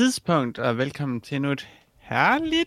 tidspunkt, og velkommen til endnu et herligt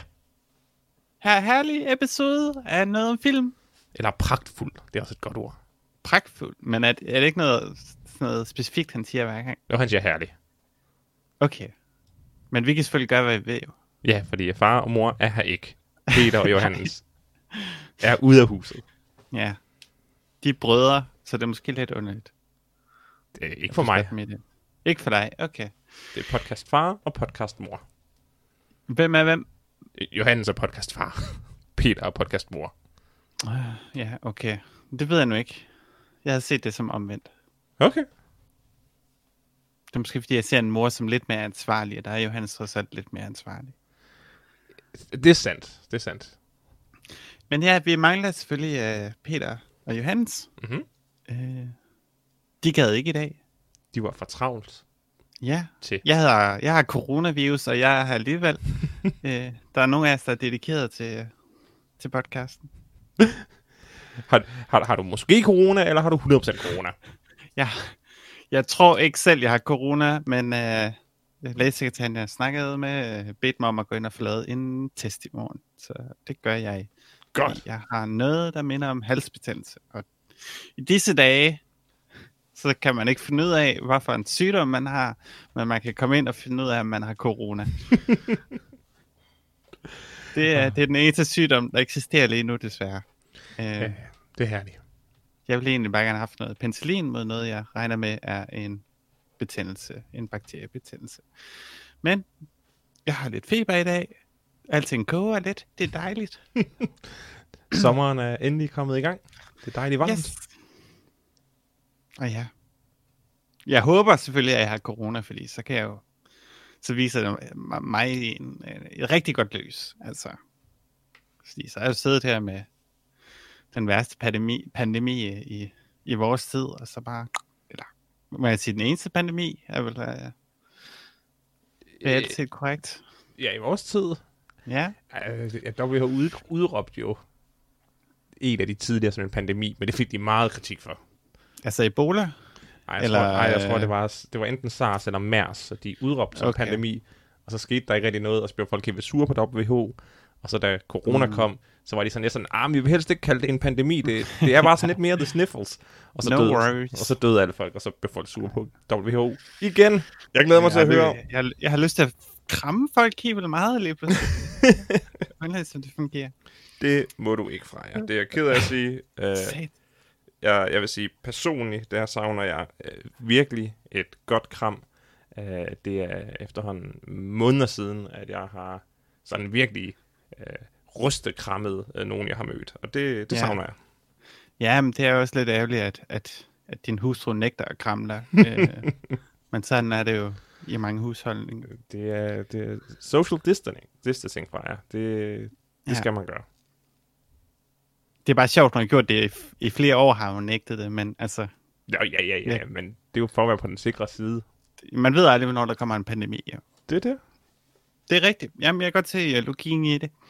episode af noget om film. Eller pragtfuld, det er også et godt ord. Pragtfuld, men er det ikke noget specifikt, han siger hver gang? Jo, han siger herlig. Okay, men vi kan selvfølgelig gøre, hvad vi vil jo. Ja, fordi far og mor er her ikke. Peter og Johannes er ude af huset. Ja, de er brødre, så det er måske lidt underligt. Det er ikke for mig. Ikke for dig, okay. Det er podcast far og podcast mor. Hvem er hvem? Johannes er podcast far. Peter er podcast mor. Ja, okay. Det ved jeg nu ikke. Jeg har set det som omvendt. Okay. Det er måske fordi, jeg ser en mor som lidt mere ansvarlig, og der er Johannes trods alt lidt mere ansvarlig. Det er sandt. Det er sandt. Men ja, vi mangler selvfølgelig Peter og Johannes. Mm-hmm. De gad ikke i dag. De var for travlt. Ja, til. Jeg har coronavirus, og jeg har alligevel. Der er nogle af os, der er dedikeret til podcasten. Har du måske corona, eller har du 100% corona? Ja, jeg tror ikke selv, jeg har corona, men lægesekretæren, jeg snakkede med, bedte mig om at gå ind og få lavet en test i morgen. Så det gør jeg. Godt. Jeg har noget, der minder om halsbetændelse. Og i disse dage, så kan man ikke finde ud af, hvad for en sygdom man har, men man kan komme ind og finde ud af, om man har corona. Det er den eneste sygdom, der eksisterer lige nu, desværre. Ja, det er herligt. Jeg ville egentlig bare gerne have haft noget penicillin mod noget, jeg regner med er en betændelse, en bakteriebetændelse. Men jeg har lidt feber i dag. Alting koger lidt. Det er dejligt. Sommeren er endelig kommet i gang. Det er dejligt varmt. Yes. Og ja. Jeg håber selvfølgelig, at jeg har corona, fordi så kan jeg jo, så viser det mig et rigtig godt lys. Altså, fordi så er jeg jo siddet her med den værste pandemi i vores tid, og så bare, eller må jeg sige, den eneste pandemi er vel altid korrekt. Ja, i vores tid. Ja. WHO har udråbt jo en af de tidligere som en pandemi, men det fik de meget kritik for. Altså Ebola? Jeg tror, det var enten SARS eller MERS, så de udråbte som pandemi, og så skete der ikke rigtig noget, og så blev folk helt sure på WHO, og så da corona kom, så var de sådan, vi vil helst ikke kalde det en pandemi, det er bare sådan lidt mere the sniffles. Og så døde alle folk, og så blev folk sure på WHO. Igen! Jeg glæder mig til at høre. Jeg har lyst til at kramme folk helt vildt meget lige pludselig. Hvordan som det fungerer. Det må du ikke, Freja. Det er jeg ked af at sige. Jeg vil sige personligt, der savner jeg virkelig et godt kram. Det er efterhånden måneder siden, at jeg har sådan virkelig rustekrammet nogen, jeg har mødt. Og det savner jeg. Ja, men det er også lidt ærgerligt, at din hustru nægter at kramme dig. Men sådan er det jo i mange husholdninger. Det er social distancing fra jer. Det skal man gøre. Det er bare sjovt, når man har gjort det i flere år, har hun nægtet det, men altså... Ja, men det er jo for at være på den sikre side. Man ved aldrig, hvornår der kommer en pandemi. Ja. Det er det. Det er rigtigt. Jamen, jeg kan godt se logien i det.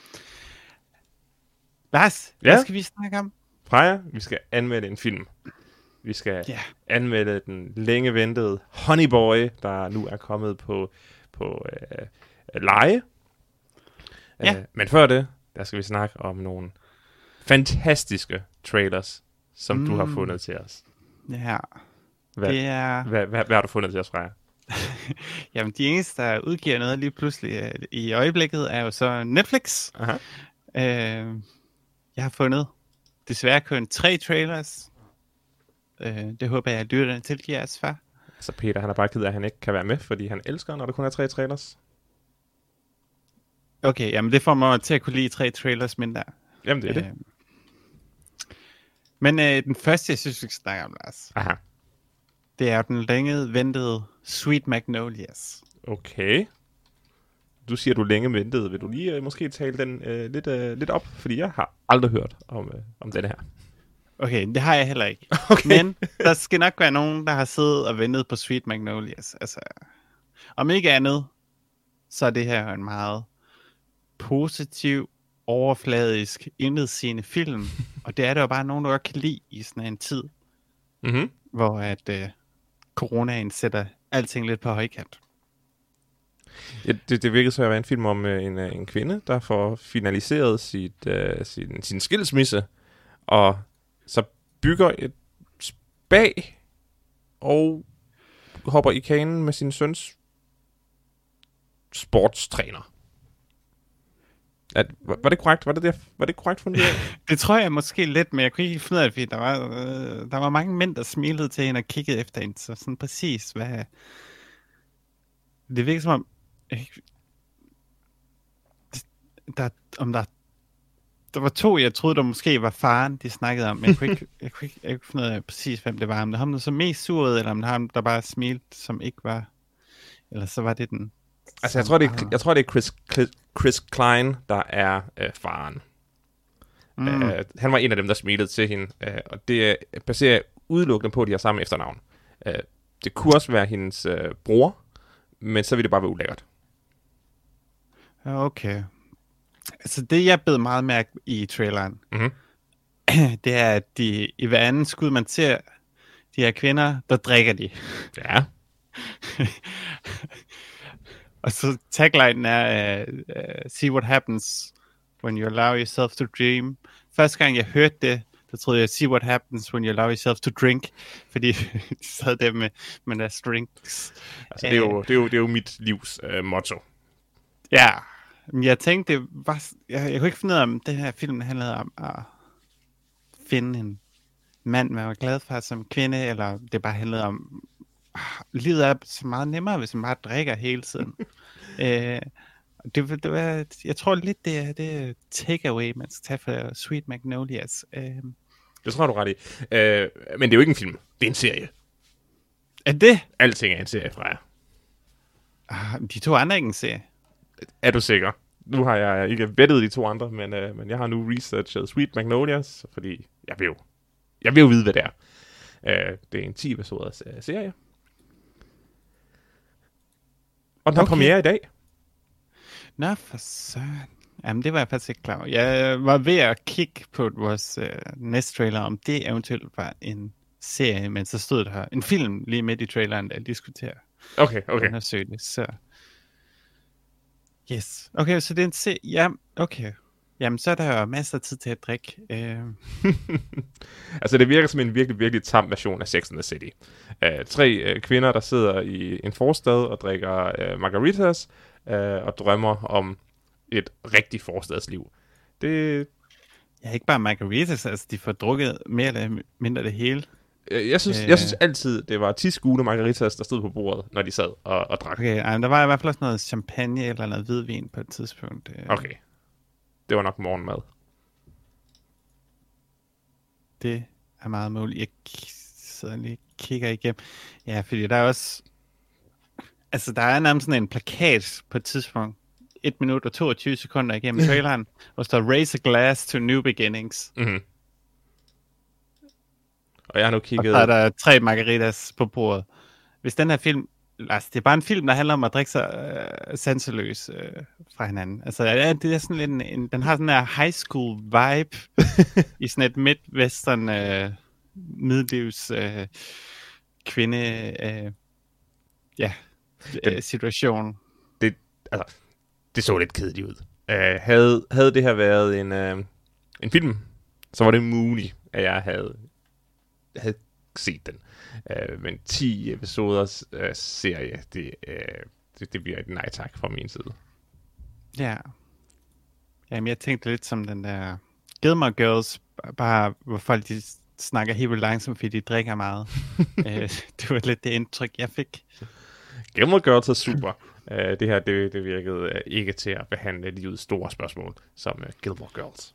Lars, hvad skal vi snakke om? Freja, vi skal anmelde en film. Vi skal anmelde den længe ventede Honey Boy, der nu er kommet på leje. Men før det, der skal vi snakke om nogle fantastiske trailers, som du har fundet til os. Ja. Hvad har du fundet til os, Freja? Jamen, de eneste, der udgiver noget lige pludselig i øjeblikket, er jo så Netflix. Jeg har fundet desværre kun 3 trailers. Det håber jeg, at lytterne tilgiver os for. Så Peter, han er bare ked af, at han ikke kan være med, fordi han elsker, når der kun er 3 trailers. Okay, jamen det får mig til at kunne lide 3 trailers mindre. Jamen det er det. Men den første, jeg synes, vi skal snakke om, Lars. Aha. Det er den længe ventede Sweet Magnolias. Okay. Du siger, du længe ventede. Vil du lige måske tale den lidt op? Fordi jeg har aldrig hørt om den her. Okay, det har jeg heller ikke. Okay. Men der skal nok være nogen, der har siddet og ventet på Sweet Magnolias. Altså, om ikke andet, så er det her en meget positiv, overfladisk, indledsigende film. Og det er der jo bare nogen, der godt kan lide i sådan en tid, hvor at coronaen sætter alting lidt på højkant. Ja, det virkede så at være en film om en kvinde, der får finaliseret sin skilsmisse, og så bygger et spag og hopper i kanen med sin søns sportstræner. Var det korrekt? Var det korrekt fundet? Det tror jeg måske lidt, men jeg kunne ikke finde ud af det, fordi der var mange mænd, der smilede til hende og kiggede efter hende, så sådan præcis, hvad... Det virker som om... Der var to, jeg troede, der måske var faren, de snakkede om, men jeg kunne ikke finde ud af præcis, hvem det var. Om det var ham, der så mest sur ud, eller om det var ham, der bare smilte, som ikke var... Eller så var det den... Altså, jeg tror, det er Chris Klein, der er faren. Han var en af dem, der smilede til hende, og det baserer udelukkende på, at de har samme efternavn. Det kunne også være hendes bror, men så ville det bare være ulækkert. Okay. Altså, det jeg bed meget mærke i traileren, det er, at i hver anden skud, man ser de her kvinder, der drikker de. Ja. Og så taglinen er, see what happens when you allow yourself to dream. Første gang jeg hørte det, der troede jeg, see what happens when you allow yourself to drink. Fordi de sad der med deres drinks. Altså, det er jo mit livs motto. Ja, men jeg tænkte, det var, jeg kunne ikke finde ud af, om den her film handlede om at finde en mand, man var glad for som kvinde, eller det bare handlede om, livet er så meget nemmere, hvis man bare drikker hele tiden. Jeg tror lidt, det er det takeaway, man skal tage for Sweet Magnolias. Det tror du ret i. Men det er jo ikke en film. Det er en serie. Er det? Alting er en serie fra jer. De to andre er ikke en serie. Er du sikker? Nu har jeg ikke vettet de to andre, men jeg har nu researchet Sweet Magnolias, fordi jeg vil jo vide, hvad det er. Det er en 10 episoders serie. Og den har premiere i dag. Nå, for søren. Jamen, det var jeg faktisk ikke klar over. Jeg var ved at kigge på vores næste trailer, om det eventuelt var en serie, men så stod der en film lige midt i traileren, der jeg diskuterer. Okay. Undersøge det, så... Yes. Okay, så det er en serie... Ja, okay. Jamen, så er der jo masser af tid til at drikke. Altså, det virker som en virkelig, virkelig tam version af Sex and the City. 3 kvinder, der sidder i en forstad og drikker margaritas, og drømmer om et rigtigt forstadsliv. Det... Ja, ikke bare margaritas, altså de får drukket mere eller mindre det hele. Jeg synes altid, det var 10 skule margaritas, der stod på bordet, når de sad og drak. Okay, der var i hvert fald også noget champagne eller noget hvidvin på et tidspunkt. Okay. Det var nok morgenmad. Det er meget muligt. Jeg sidder lige og kigger igennem. Ja, fordi der er også... Altså, der er nærmest sådan en plakat på et tidspunkt. 1 minut og 22 sekunder igennem traileren, hvor der står Raise a glass to new beginnings. Mm-hmm. Og jeg har nu kigget... Og så er der 3 margaritas på bordet. Hvis den her film... Altså, det er bare en film, der handler om at drikke sig sanseløs fra hinanden. Altså, det er sådan lidt den har sådan en high school vibe i sådan et midwestern midlivs kvinde situation. Det så lidt kedeligt ud. Havde det her været en film, så var det muligt, at jeg havde set den. Men 10 episoders serie, det bliver et nej tak fra min side. Ja. Jamen, jeg tænkte lidt som den der Gilmore Girls, bare hvor folk de snakker helt vildt langsomt, fordi de drikker meget. Det var lidt det indtryk, jeg fik. Gilmore Girls er super. Det her, det virkede ikke til at behandle livets store spørgsmål, som Gilmore Girls.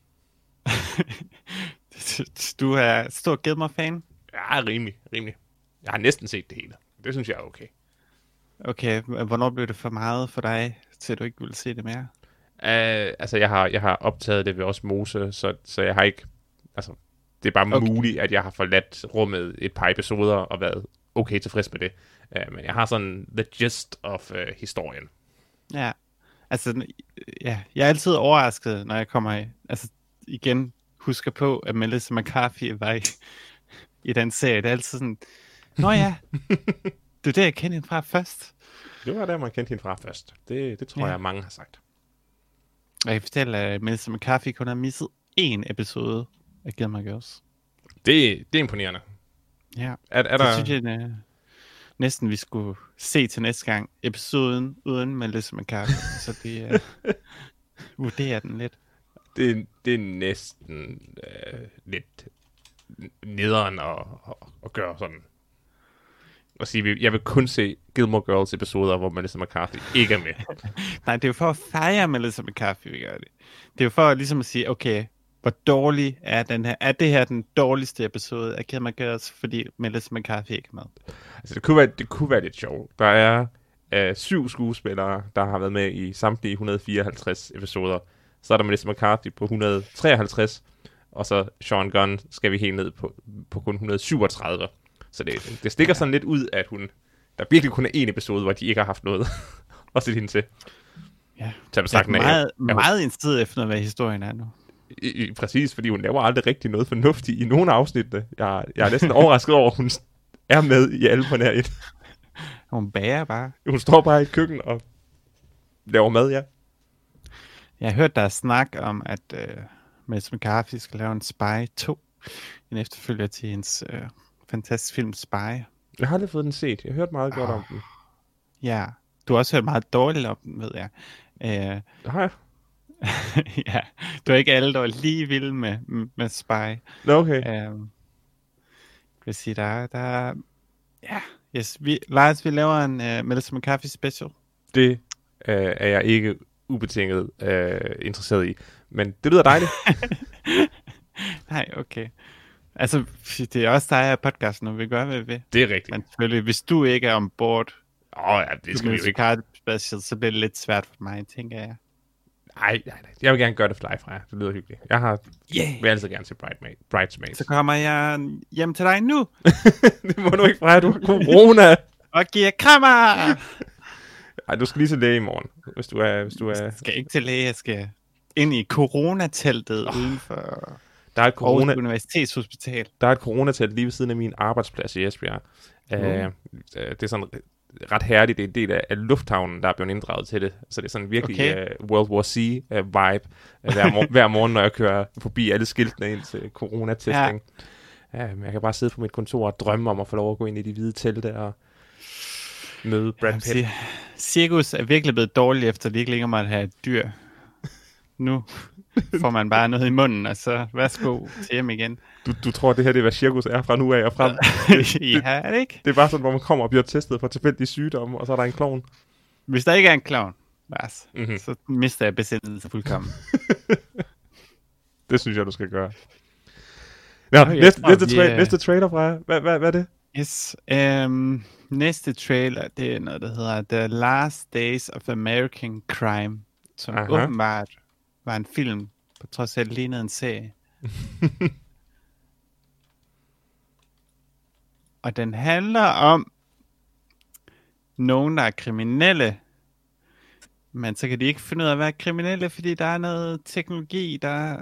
Du er stor Gilmore-fan? Ja, rimelig. Jeg har næsten set det hele. Det synes jeg er okay. Okay, hvornår blev det for meget for dig, til du ikke ville se det mere? Altså, jeg har optaget det ved osmose, så jeg har ikke... Altså, det er bare muligt, at jeg har forladt rummet et par episoder og været okay tilfreds med det. Men jeg har sådan the gist of historien. Ja, altså, ja, jeg er altid overrasket, når jeg kommer i... Altså, igen, husker på, at Melissa McCarthy var i den serie. Det er altid sådan... Nå ja, det er det, jeg kender hende fra først. Det var der, man kendte hende fra først. Det tror jeg, mange har sagt. Og jeg kan fortælle, at Melissa McCarthy kun har misset 1 episode af Gilmore Girls. Det er imponerende. Ja, er det der... synes jeg næsten, vi skulle se til næste gang. Episoden uden Melissa McCarthy. Så det vurderer den lidt. Det er næsten lidt nederen at gøre sådan. Og sige, jeg vil kun se Gilmore Girls episoder, hvor Melissa McCarthy ikke er med. Nej, det er jo for at fejre Melissa McCarthy, vi gør det. Det er jo for ligesom at sige, okay, hvor dårlig er den her? Er det her den dårligste episode af Gilmore Girls, fordi Melissa McCarthy ikke er med? Altså, det kunne være lidt sjovt. Der er 7 skuespillere, der har været med i samtlige 154 episoder. Så er der Melissa McCarthy på 153, og så Sean Gunn skal vi helt ned på kun 137. Så det stikker sådan lidt ud, at der virkelig kun er 1 episode, hvor de ikke har haft noget at sætte hende til. Ja, det er meget indstillet efter, hvad historien er nu. Præcis, fordi hun laver aldrig rigtig noget fornuftigt i nogle afsnit. Jeg er næsten overrasket over, at hun er med i alle på nær 1. Hun bager bare. Hun står bare i et køkken og laver mad, ja. Jeg har hørt, der er snak om, at Melissa McCarthy skal lave en Spy 2. En efterfølger til hendes fantastiske film Spy. Jeg har aldrig fået den set. Jeg har hørt meget godt om den. Ja, du har også hørt meget dårligt om den, ved jeg. Det har jeg. Ja, du er ikke alle, der er lige vilde med Spy. Nå, okay. Jeg vil sige, der ja, yes, Lars, vi laver en Melissa McCarthy special. Det er jeg ikke ubetinget interesseret i, men det lyder dejligt. Nej, okay. Altså, det er også dig af podcasten, og vi gør, hvad vi vil. Det er rigtigt. Men selvfølgelig, hvis du ikke er ombord, ja, det skal vi jo ikke. Special, så bliver det lidt svært for mig, tænker jeg. Nej. Jeg vil gerne gøre det for dig, Freja. Det lyder hyggeligt. Jeg vil altid gerne se Bridesmaids. Så kommer jeg hjem til dig nu. Det må du ikke, Freja. Du har corona. Og giver krammer. Ej, du skal lige til læge i morgen, hvis du er... Jeg skal ikke til læge. Jeg skal ind i coronateltet uden for der er et Aarhus Universitetshospital. Der er et coronatelt lige ved siden af min arbejdsplads i Esbjerg. Det er sådan ret herligt. Det er en del af lufthavnen, der er blevet inddraget til det. Så det er sådan virkelig World War C-vibe hver morgen, når jeg kører forbi alle skiltene ind til coronatesting. Ja, men jeg kan bare sidde på mit kontor og drømme om at få lov at gå ind i de hvide telte og møde Brad Pitt. Cirkus er virkelig blevet dårligt, efter det ikke længere måtte have et dyr. Nu får man bare noget i munden, og så værsgo til hjem igen. Du tror, det her det er, hvad cirkus er fra nu af og frem? Ja, er det ikke? Det er bare sådan, hvor man kommer og bliver testet for tilfældige sygdomme, og så er der en klovn. Hvis der ikke er en klovn, så mister jeg besindelsen fuldkommen. Det synes jeg, du skal gøre. Næste trailer fra jer. Hvad er det? Yes. Næste trailer, det er noget, der hedder The Last Days of American Crime, som åbenbart var en film, på trods af at det lignede en serie. Og den handler om nogen, der er kriminelle, men så kan de ikke finde ud af at være kriminelle, fordi der er noget teknologi, der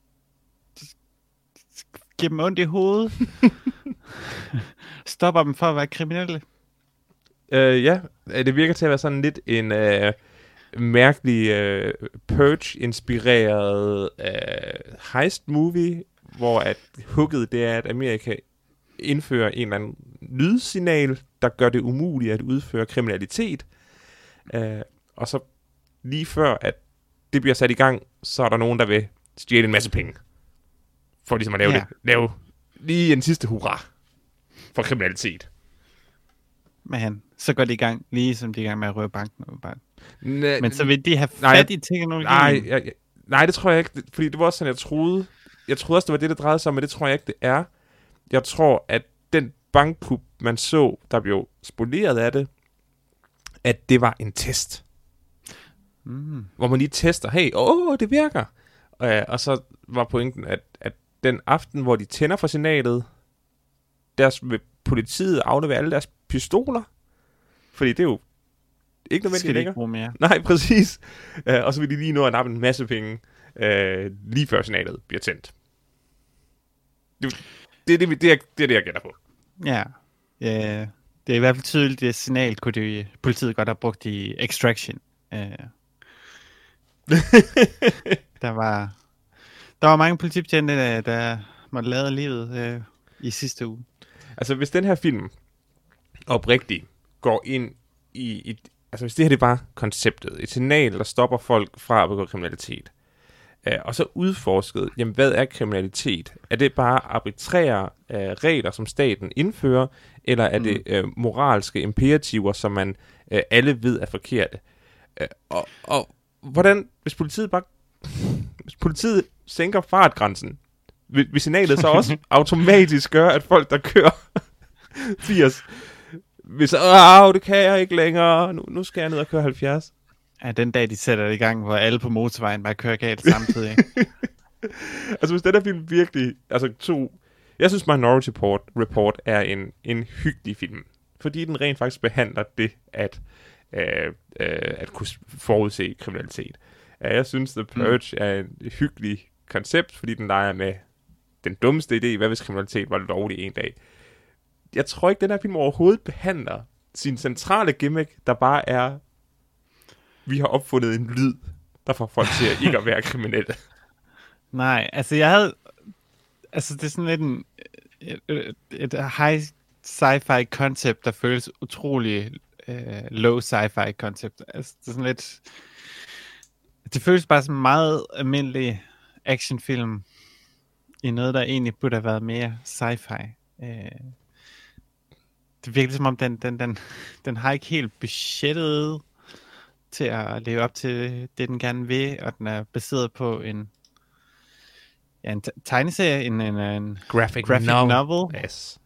giver dem ondt i hovedet. Stopper dem for at være kriminelle. Ja, det virker til at være sådan lidt en mærkelig Purge-inspireret heist-movie, hvor at hugget det er, at Amerika indfører en eller anden lydsignal, der gør det umuligt at udføre kriminalitet. Og så lige før, at det bliver sat i gang, så er der nogen, der vil stjæle en masse penge. For ligesom at lave lige en sidste hurra for kriminalitet. Men så går de i gang, lige som de er i gang med at røve banken. Men så vil de have fat i teknologien? Nej, det tror jeg ikke. Fordi det var også sådan, jeg troede. Jeg troede også, det var det drejede sig om, men det tror jeg ikke, det er. Jeg tror, at den bankkup, man så, der blev spoleret af det, at det var en test. Hvor man lige tester, hey, det virker. Og så var pointen, at den aften, hvor de tænder for signalet, der vil politiet aflevere alle deres pistoler. Fordi det er jo ikke nødvendigt længere. Mere. Nej, præcis. Og så vil de lige nå at nappe en masse penge, lige før signalet bliver tændt. Det er det, jeg gætter på. Ja. Det er i hvert fald tydeligt, det signal kunne politiet godt have brugt i Extraction. Der var mange politibetjente, der måtte lade livet i sidste uge. Altså, hvis den her film oprigtigt går ind i et... Altså, hvis det her det er bare konceptet, et signal, der stopper folk fra at begå kriminalitet, og så udforsket, jamen, hvad er kriminalitet? Er det bare arbitrære regler, som staten indfører, eller er det moralske imperativer, som man alle ved er forkerte? Og hvordan, hvis politiet sænker fartgrænsen, vil signalet så også automatisk gøre, at folk, der kører 80, hvis det kan jeg ikke længere, nu skal jeg ned og køre 70. Ja, den dag, de sætter det i gang, hvor alle på motorvejen bare kører galt samtidig. Ikke? Altså, hvis den der film virkelig... Altså, jeg synes, Minority Report er en hyggelig film. Fordi den rent faktisk behandler det, at kunne forudse kriminalitet. Jeg synes, The Purge er et hyggeligt koncept, fordi den leger med den dummeste idé, hvad hvis kriminalitet var lovlig en dag. Jeg tror ikke, den her film overhovedet behandler sin centrale gimmick, der bare er... Vi har opfundet en lyd, der får folk til ikke at være kriminelle. Nej, altså det er sådan et high sci-fi koncept, der føles utrolig low sci-fi koncept. Altså det er sådan lidt... Det føles bare som en meget almindelig actionfilm i noget, der egentlig burde have været mere sci-fi. Det virker som om, den har ikke helt budgettet til at leve op til det, den gerne vil, og den er baseret på en tegneserie, en graphic novel. Yes.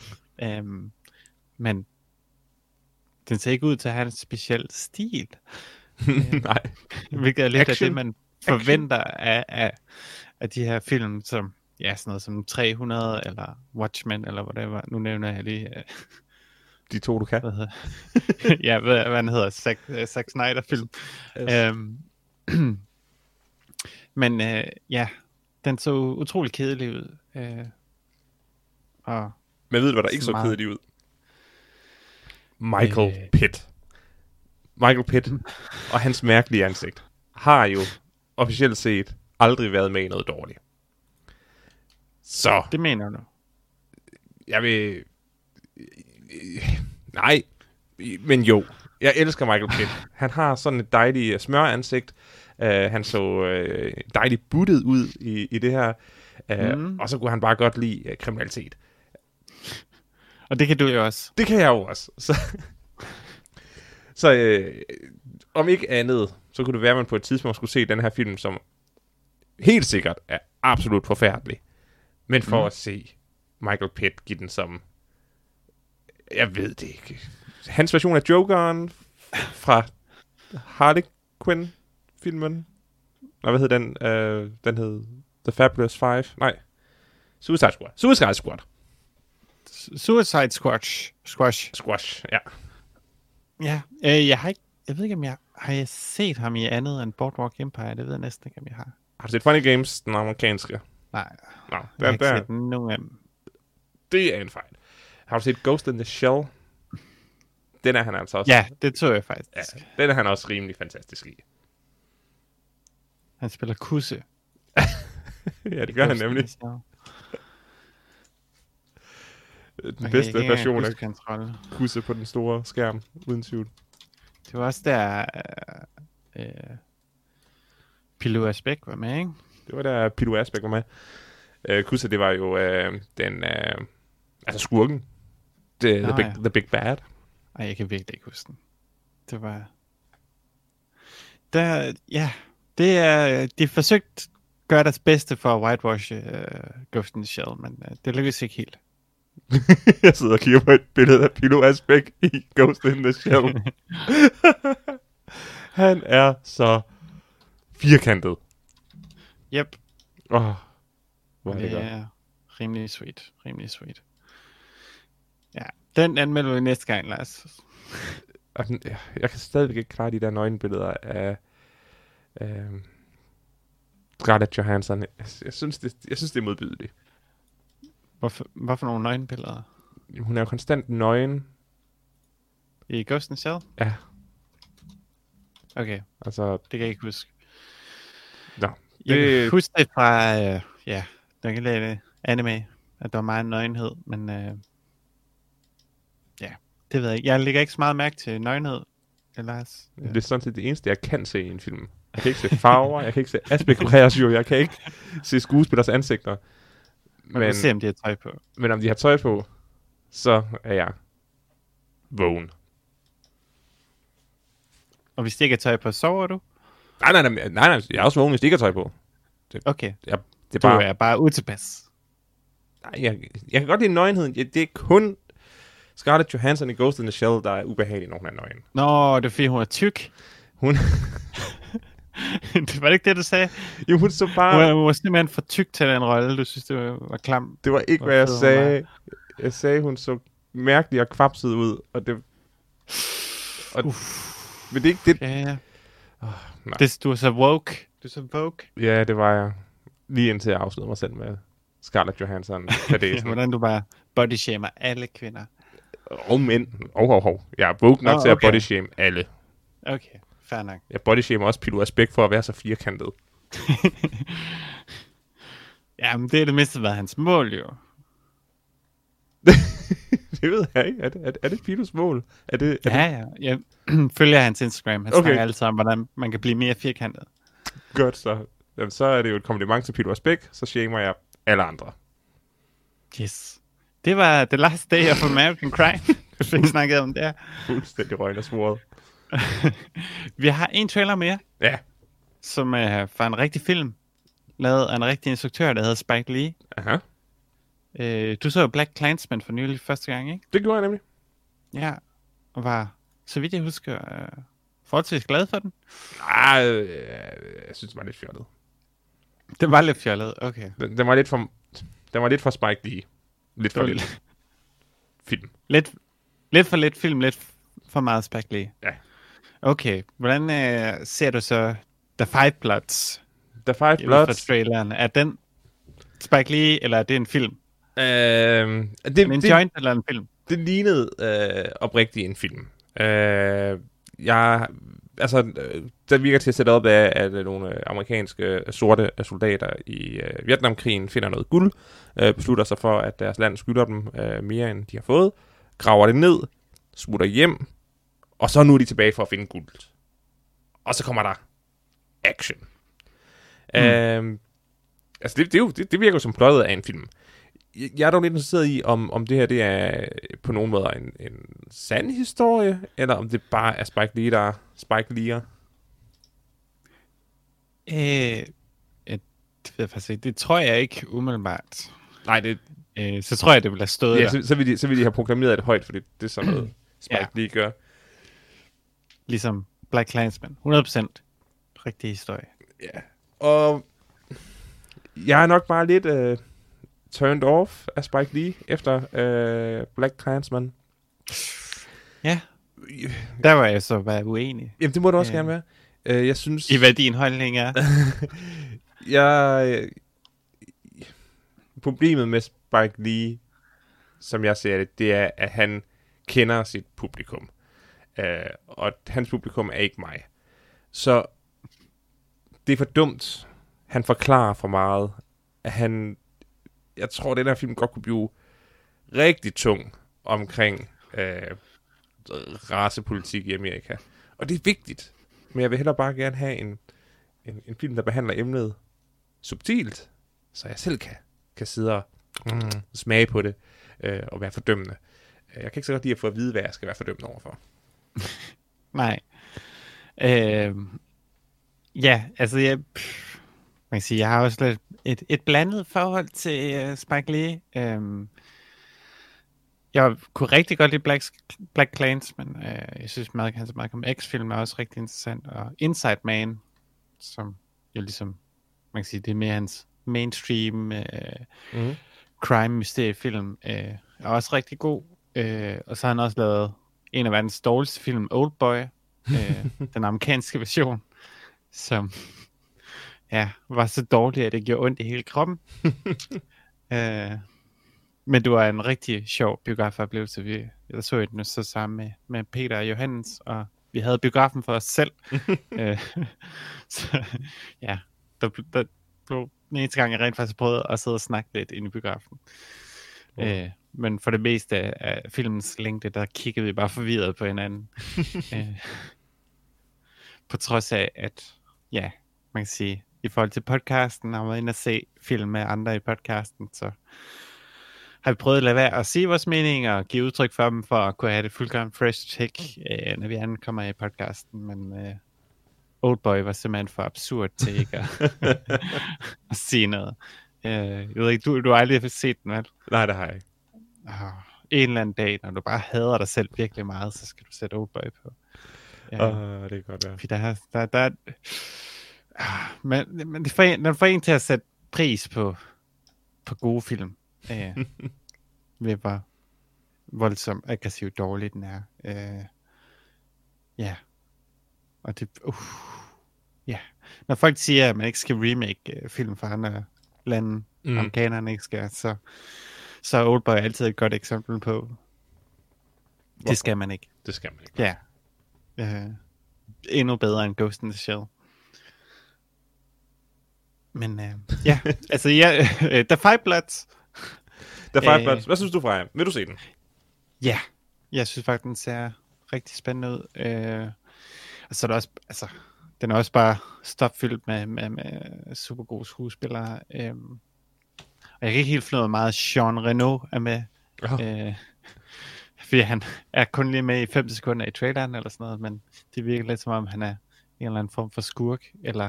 Men den ser ikke ud til at have en speciel stil. Nej. Hvilket er lidt af det, man forventer af de her film, som sådan noget som 300 eller Watchmen eller whatever. Nu nævner jeg lige... de to, du kan. Hvad den hedder, Zack Snyder-film. Yes. Men den så utrolig kedelig ud. Men ved du, hvad der ikke så kedelig ud? Michael Pitt. Michael Pitt og hans mærkelige ansigt har jo officielt set aldrig været med i noget dårligt. Så... Det mener du? Jeg vil... Nej, men jo. Jeg elsker Michael Pitt. Han har sådan et dejligt smøransigt. Han så dejligt buttet ud i det her. Og så kunne han bare godt lide kriminalitet. Og det kan du jo også. Det kan jeg jo også. Så om ikke andet, så kunne det være, at man på et tidspunkt skulle se den her film, som helt sikkert er absolut forfærdelig. Men for at se Michael Pitt give den som... Jeg ved det ikke. Hans version af Jokeren fra Harley Quinn-filmen. Hvad hed den? Den hed The Fabulous Five. Nej. Suicide Squad. Suicide Squash. Ja. Ja. Jeg ved ikke, om jeg har set ham i andet end Boardwalk Empire. Det ved jeg næsten ikke, om jeg har. Har du set Funny Games, den amerikanske? Nej. Nå, jeg har ikke set nogen af dem. Det er en fejl. Har du set Ghost in the Shell? Den er han altså også... Ja, det tror jeg faktisk. Ja, den er han også rimelig fantastisk i. Han spiller kusse. Ja, det gør han nemlig. Den bedste version af kusse på den store skærm, uden tvivl. Det var også der... Pilou Asbæk var med, ikke? Det var der Pilou Asbæk var med. Kusse, det var jo skurken. The Big Bad. Ej, jeg kan virkelig ikke huske den. Det var... Det er... De forsøgt at gøre deres bedste for at whitewash Ghost in the Shell, men det lykkedes ikke helt. Jeg sidder og kigger på et billede af Pilou Asbæk i Ghost in the Shell. Han er så firkantet. Yep. Hvor er det godt. Ja, rimelig sweet. Ja, den anmelder vi næste gang, Lars. Jeg kan stadigvæk ikke klare de der nøgenbilleder af Scarlett Johansson. Jeg synes, det er modbydeligt. Hvorfor nogle nøgenbilleder? Hun er jo konstant nøgen, I Ghost in the Shell? Ja. Okay, Altså, det kan jeg ikke huske. nå. Jeg kan huske det fra, der kan lade anime, at der var meget nøgenhed, men det ved jeg ikke. Jeg lægger ikke så meget mærke til nøgenhed, Lars. Det er sådan set det eneste, jeg kan se i en film. Jeg kan ikke se farver, jeg kan ikke se aspektratio, jeg kan ikke se skuespillers ansigter. Man kan se, om de har tøj på. Men om de har tøj på, så er jeg vågen. Og hvis de ikke har tøj på, sover du? Nej, jeg er også vågen, hvis de ikke har tøj på. Okay, Det er du bare... er bare utilpas. Nej, jeg kan godt lide nøgenheden. Det er kun Scarlett Johansson i Ghost in the Shell, der er ubehagelig, når hun er nøgen. Nå, det er fordi, hun er tyk. Hun... Det var ikke det, du sagde? Jo, hun så bare... Hun var simpelthen for tyk til den rolle. Du synes, det var klam. Det var ikke, hvad jeg sagde. Jeg sagde, hun så mærkelig og kvapset ud, og det... Men det er ikke det... Ja. Du er så woke. Du er så woke. Ja, det var jeg. Lige indtil jeg afslørede mig selv med Scarlett Johansson. Hvordan du bare bodyshamer alle kvinder. Og mænd. Jeg er woke nok til at bodysshame alle. Okay, fair nok. Jeg bodyshamer også Pilo Asbæk for at være så firkantet. Jamen, det er det mindste været hans mål, jo. Det ved jeg ikke. Er det Pilos mål? Ja. Jeg følger hans Instagram. Han snakker altid om, hvordan man kan blive mere firkantet. Godt så. Jamen, så er det jo et kompliment til Pilo Asbæk, så shamer jeg alle andre. Yes. Det var The Last Day of American Crime. Vi fik snakket om det her. Fuldstændig røgn og svoret. Vi har en trailer mere. Ja. Som er fra en rigtig film. Lavet af en rigtig instruktør, der hedder Spike Lee. Aha. Du så jo Black Klansman for nylig første gang, ikke? Det gjorde jeg nemlig. Ja. Og var, så vidt jeg husker, forholdsvis glad for den. Jeg synes, det var lidt fjollet. Det var lidt fjollet, okay. Den var lidt for Spike Lee. Lidt for lidt film. Lidt for lidt film, lidt for meget Spike Lee. Ja. Okay, hvordan ser du så The Five Bloods? The Five Bloods? For traileren. Er den Spike Lee, eller er det en film? En joint eller en film? Det lignede oprigtigt en film. Den virker til at sætte op af, at nogle amerikanske sorte soldater i Vietnamkrigen finder noget guld, beslutter sig for, at deres land skylder dem mere, end de har fået, graver det ned, smutter hjem, og så nu er de tilbage for at finde guldet. Og så kommer der action. Det virker jo som plottet af en film. Jeg er dog lidt interesseret i, om det her det er på nogen måde en sand historie, eller om det bare er Spike Lee, der er Spike Lee'er. Det tror jeg ikke umiddelbart. Nej, det... så tror jeg, det vil have stået der. Så vil de have proklameret det højt, fordi det er sådan noget, Spike Lee gør. Ligesom Black Klansman. 100% rigtig historie. Ja. Og jeg er nok bare lidt turned off af Spike Lee efter Black Klansman. Ja. Der var jeg så bare uenig. Jamen, det må du også gerne være. Jeg synes... I hvad din holdning er. Problemet med Spike Lee, som jeg ser det, det er, at han kender sit publikum. Og hans publikum er ikke mig. Så det er for dumt. Han forklarer for meget. Jeg tror, at den her film godt kunne blive rigtig tung omkring racepolitik i Amerika. Og det er vigtigt. Men jeg vil hellere bare gerne have en film, der behandler emnet subtilt, så jeg selv kan sidde og smage på det og være fordømmende. Jeg kan ikke så godt lide at få at vide, hvad jeg skal være fordømmende overfor. Nej. Ja, altså man kan sige, jeg har også lidt et blandet forhold til Spike Lee. Jeg kunne rigtig godt lide Black Klansman. Jeg synes, Malcolm X-film er også rigtig interessant. Og Inside Man, som jo ligesom, man kan sige, det er mere hans mainstream crime-mysteriefilm, er også rigtig god. Og så har han også lavet en af verdens dårligste film, Oldboy, den amerikanske version, som var så dårlig, at det gjorde ondt i hele kroppen. Men det var en rigtig sjov biografoplevelse. Jeg så den så sammen med Peter og Johannes, og vi havde biografen for os selv. Så ja, der blev den eneste gang, jeg rent faktisk prøvede at sidde og snakke lidt inde i biografen. Men for det meste af filmens længde, der kiggede vi bare forvirret på hinanden. På trods af, at ja, man kan sige, i forhold til podcasten, når man er inde og se film med andre i podcasten, så har vi prøvet at lade være at sige vores meninger og give udtryk for dem, for at kunne have det fuldkommen fresh take, når vi ankommer i podcasten. Men Oldboy var simpelthen for absurd til ikke at sige noget. Jeg ved ikke, du har aldrig set den, vel? Nej, det har jeg ikke. En eller anden dag, når du bare hader dig selv virkelig meget, så skal du sætte Oldboy på. Det er godt, ja. Fordi men den får en til at sætte pris på gode film. Ved hvor voldsomt aggressivt dårligt den er. Ja. Og det... ja. Når folk siger, at man ikke skal remake film fra andre lande, amerikanerne ikke skal, så er Oldboy altid et godt eksempel på. Det skal man ikke. Det skal man ikke. Ja. Endnu bedre end Ghost in the Shell. Men ja, altså The Five Bloods. The Five Bloods. Hvad synes du, Freja? Vil du se den? Ja, jeg synes faktisk, den ser rigtig spændende ud. Og så er det også, altså, den er også bare stopfyldt med super gode skuespillere. Og jeg kan ikke helt finde ud af, meget Jean Reno er med. Fordi han er kun lige med i 5 sekunder i traileren eller sådan noget, men det virker lidt som om, han er en eller anden form for skurk, eller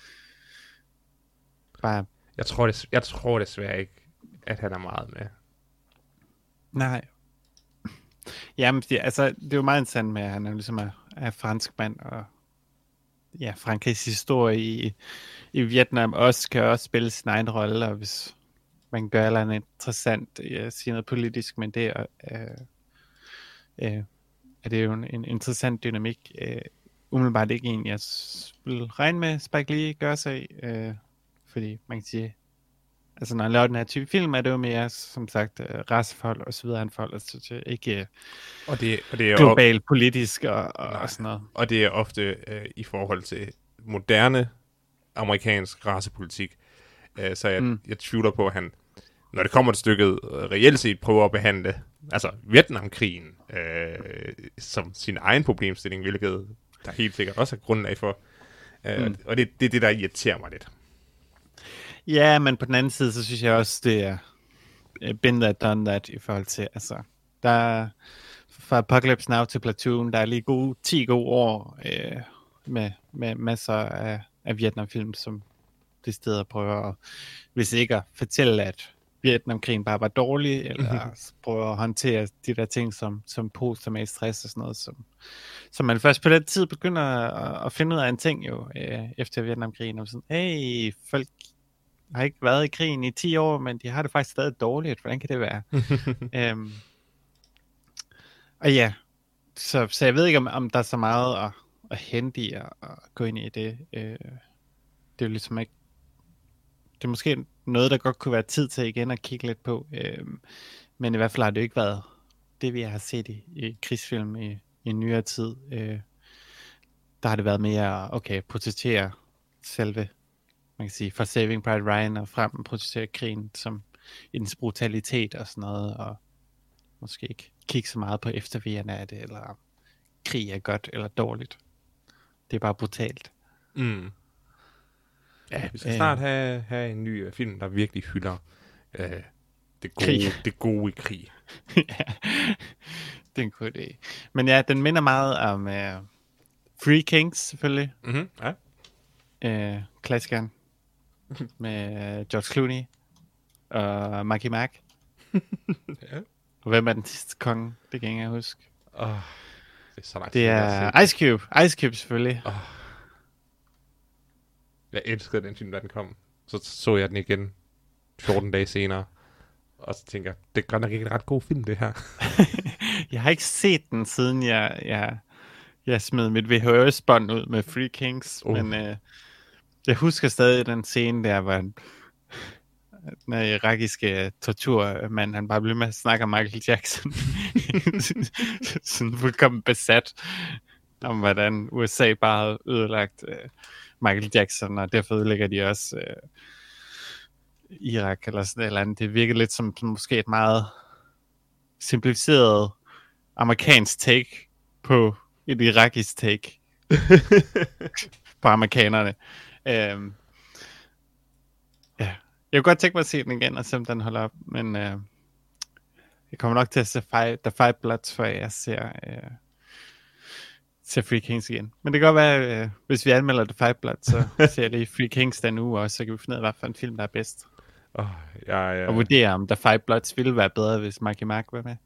bare... Jeg tror desværre ikke, at han er meget med. Nej. Jamen, altså, det er jo meget interessant med, at han er ligesom er fransk mand, og ja, Frankrigs historie i Vietnam kan også spille sin egen rolle, og hvis man gør eller andet interessant, sige noget politisk, men det er det jo en interessant dynamik. Umiddelbart ikke en, jeg vil regne med, Spike Lee gør sig fordi man kan sige, altså når han laver den her type film, er det jo mere, som sagt, raceforhold og så videre, han forholder sig til, ikke og det er globalt politisk og sådan noget. Og det er ofte i forhold til moderne amerikansk racepolitik, så jeg tvivler på, at han, når det kommer til stykket, reelt set prøver at behandle altså Vietnamkrigen som sin egen problemstilling, hvilket der helt sikkert også er grundlag for. Og det er det, der irriterer mig lidt. Ja, men på den anden side, så synes jeg også, det er been that, done that i forhold til, altså, der fra Apocalypse Now til Platoon, der er lige 10 gode år med masser af Vietnamfilm, som det sted prøver at, hvis ikke at fortælle, at Vietnamkrigen bare var dårlig, eller prøver at håndtere de der ting som posttraumatisk stress og sådan noget, som man først på den tid begynder at finde ud af en ting jo, efter Vietnamkrigen, og sådan, hey, folk har ikke været i krigen i 10 år, men de har det faktisk stadig dårligt, hvordan kan det være? Og ja, så jeg ved ikke, om der er så meget at hente i at gå ind i det. Det er jo ligesom ikke, det er måske noget, der godt kunne være tid til igen at kigge lidt på, men i hvert fald har det jo ikke været det, vi har set i krigsfilm i nyere tid. Der har det været mere, okay, protestere selve, man kan sige, for Saving Private Ryan og frem protestere krigen som i dens brutalitet og sådan noget, og måske ikke kigge så meget på eftervirkerne af det, eller krig er godt eller dårligt. Det er bare brutalt. Ja, vi skal snart have en ny film, der virkelig hylder det gode i krig. Ja, det er en god idé. Men ja, den minder meget om Three Kings, selvfølgelig. Ja. Klassikeren. Med George Clooney og Marky Mark. Ja. Og hvem er den sidste konge? Det kan jeg ikke huske. Det er så langt. Det er Ice Cube. Ice Cube, selvfølgelig. Jeg elskede den film, da den kom. Så jeg den igen 14 dage senere. Og så tænker jeg, det er godt nok ikke en ret god film, det her. Jeg har ikke set den, siden jeg smed mit VHS-bånd ud med Three Kings. Men jeg husker stadig den scene der, hvor den irakiske torturmand, han bare blev med at snakke om Michael Jackson. Sådan fuldkommen besat om, hvordan USA bare havde ødelagt Michael Jackson, og derfor ødelægger de også Irak eller sådan et eller andet. Det virker lidt som måske et meget simplificeret amerikansk take på et irakisk take på amerikanerne. Ja. Jeg kunne godt tænke mig at se den igen, og se om den holder op, men jeg kommer nok til at se The Five Bloods, før jeg ser Free Kings igen. Men det kan godt være, hvis vi anmelder The Five Bloods, så ser jeg lige Free Kings den uge også, så kan vi finde ud af, hvad for en film, der er bedst. Og vurdere, om The Five Bloods ville være bedre, hvis Marky Mark var med.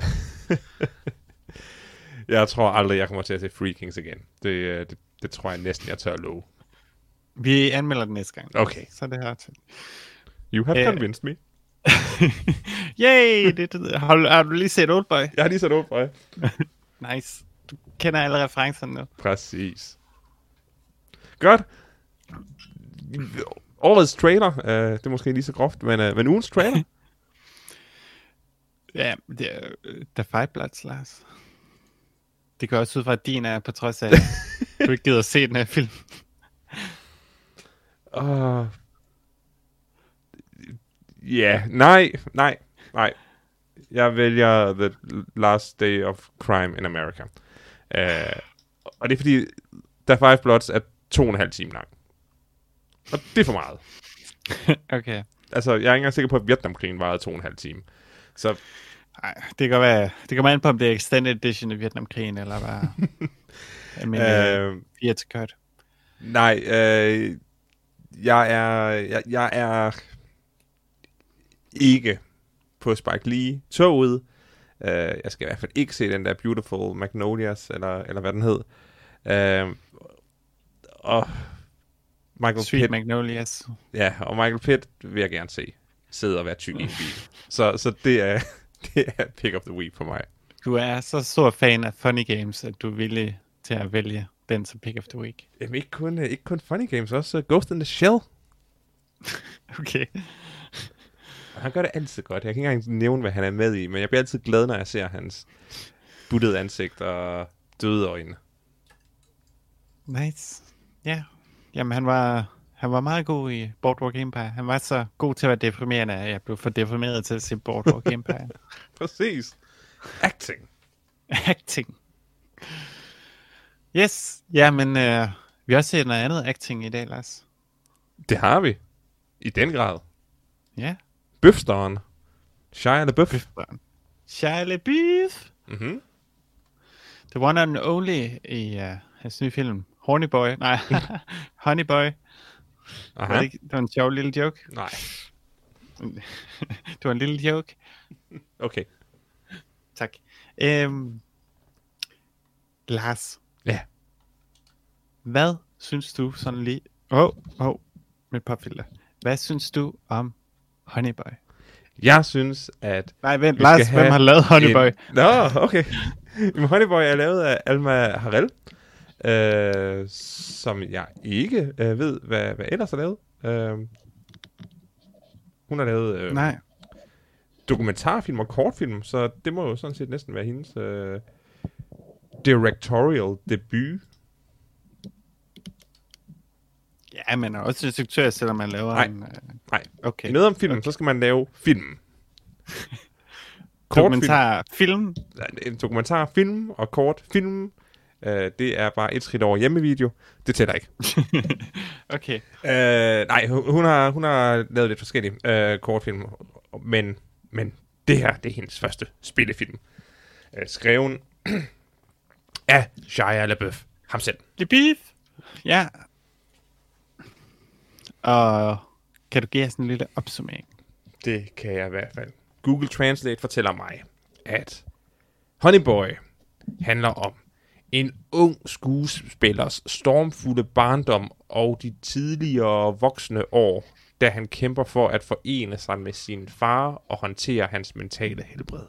Jeg tror aldrig, jeg kommer til at se Free Kings igen. Det tror jeg næsten, jeg tør at love. Vi anmelder den næste gang. Okay. Så det her til. You have convinced me. Yay! Har du lige set Oldboy? Jeg har lige set Oldboy. Nice. Du kender alle referencerne nu. Præcis. Godt. Årets trailer. Det er måske lige så groft, men ugens trailer? Ja, det er The Five Bloods, Lars. Det går også ud fra, at din er på trods af, du ikke gider at se den her film. Nej. Jeg vælger The Last Day of Crime in America. Og det er fordi, The Five Bloods er 2,5 timer lang. Og det er for meget. Okay. Altså, jeg er ikke engang sikker på, at Vietnamkrigen varede 2,5 timer. Så... Nej, det kan være, det kommer an på, om det er Extended Edition af Vietnamkrigen, eller hvad? Jeg cut. Nej, jeg er ikke på Spike Lee-toget. Jeg skal i hvert fald ikke se den der Beautiful Magnolias, eller hvad den hed. Og Michael Sweet Pitt, Magnolias. Ja, og Michael Pitt vil jeg gerne se sidde og være tyk i en bil. Så det er pick of the week for mig. Du er så stor fan af Funny Games, at du er villig til at vælge den som pick of the week. Jamen ikke kun Funny Games, også Ghost in the Shell. Okay. Han gør det altid godt. Jeg kan ikke engang nævne, hvad han er med i, men jeg bliver altid glad, når jeg ser hans buttede ansigt og døde øjne. Nice. Ja. Yeah. Jamen, han var meget god i Boardwalk Empire. Han var så god til at være deprimerende, at jeg blev for deprimeret til at se Boardwalk Empire. Præcis. Acting. Yes. Ja, men vi har også set noget andet acting i dag, Lars. Det har vi. I den grad. Ja. Bøfsteren. Shia LaBeouf. Shia LaBeouf. Mhm. The one and only i hans nye film. Horny Boy. Nej, Honey Boy. Aha. Det var en sjov lille joke. Nej. Det var en lille joke. Okay. Tak. Lars. Ja. Hvad synes du sådan lige... Mit popfilter. Hvad synes du om Honey Boy? Jeg synes, at... Nej, vent, Lars, hvem har lavet Honey Boy? Nå, okay. Honey Boy er lavet af Alma Harrell, som jeg ikke ved, hvad ellers er lavet. Hun har lavet dokumentarfilm og kortfilm, så det må jo sådan set næsten være hendes directorial debut. Ja, men også instruktør, selvom man laver Nej. Okay. Noget om film, så skal man lave film. Dokumentarfilm? En dokumentarfilm og kortfilm. Det er bare et skridt over hjemmevideo. Det tæller ikke. Okay. Nej, hun har lavet lidt forskellige kortfilm, men det her, det er hendes første spillefilm. Skreven af Shia LaBeouf. Ham selv. LaBeouf? Ja. Og kan du give os en lille opsummering? Det kan jeg i hvert fald. Google Translate fortæller mig, at Honey Boy handler om en ung skuespillers stormfulde barndom og de tidligere voksne år, da han kæmper for at forene sig med sin far og håndtere hans mentale helbred.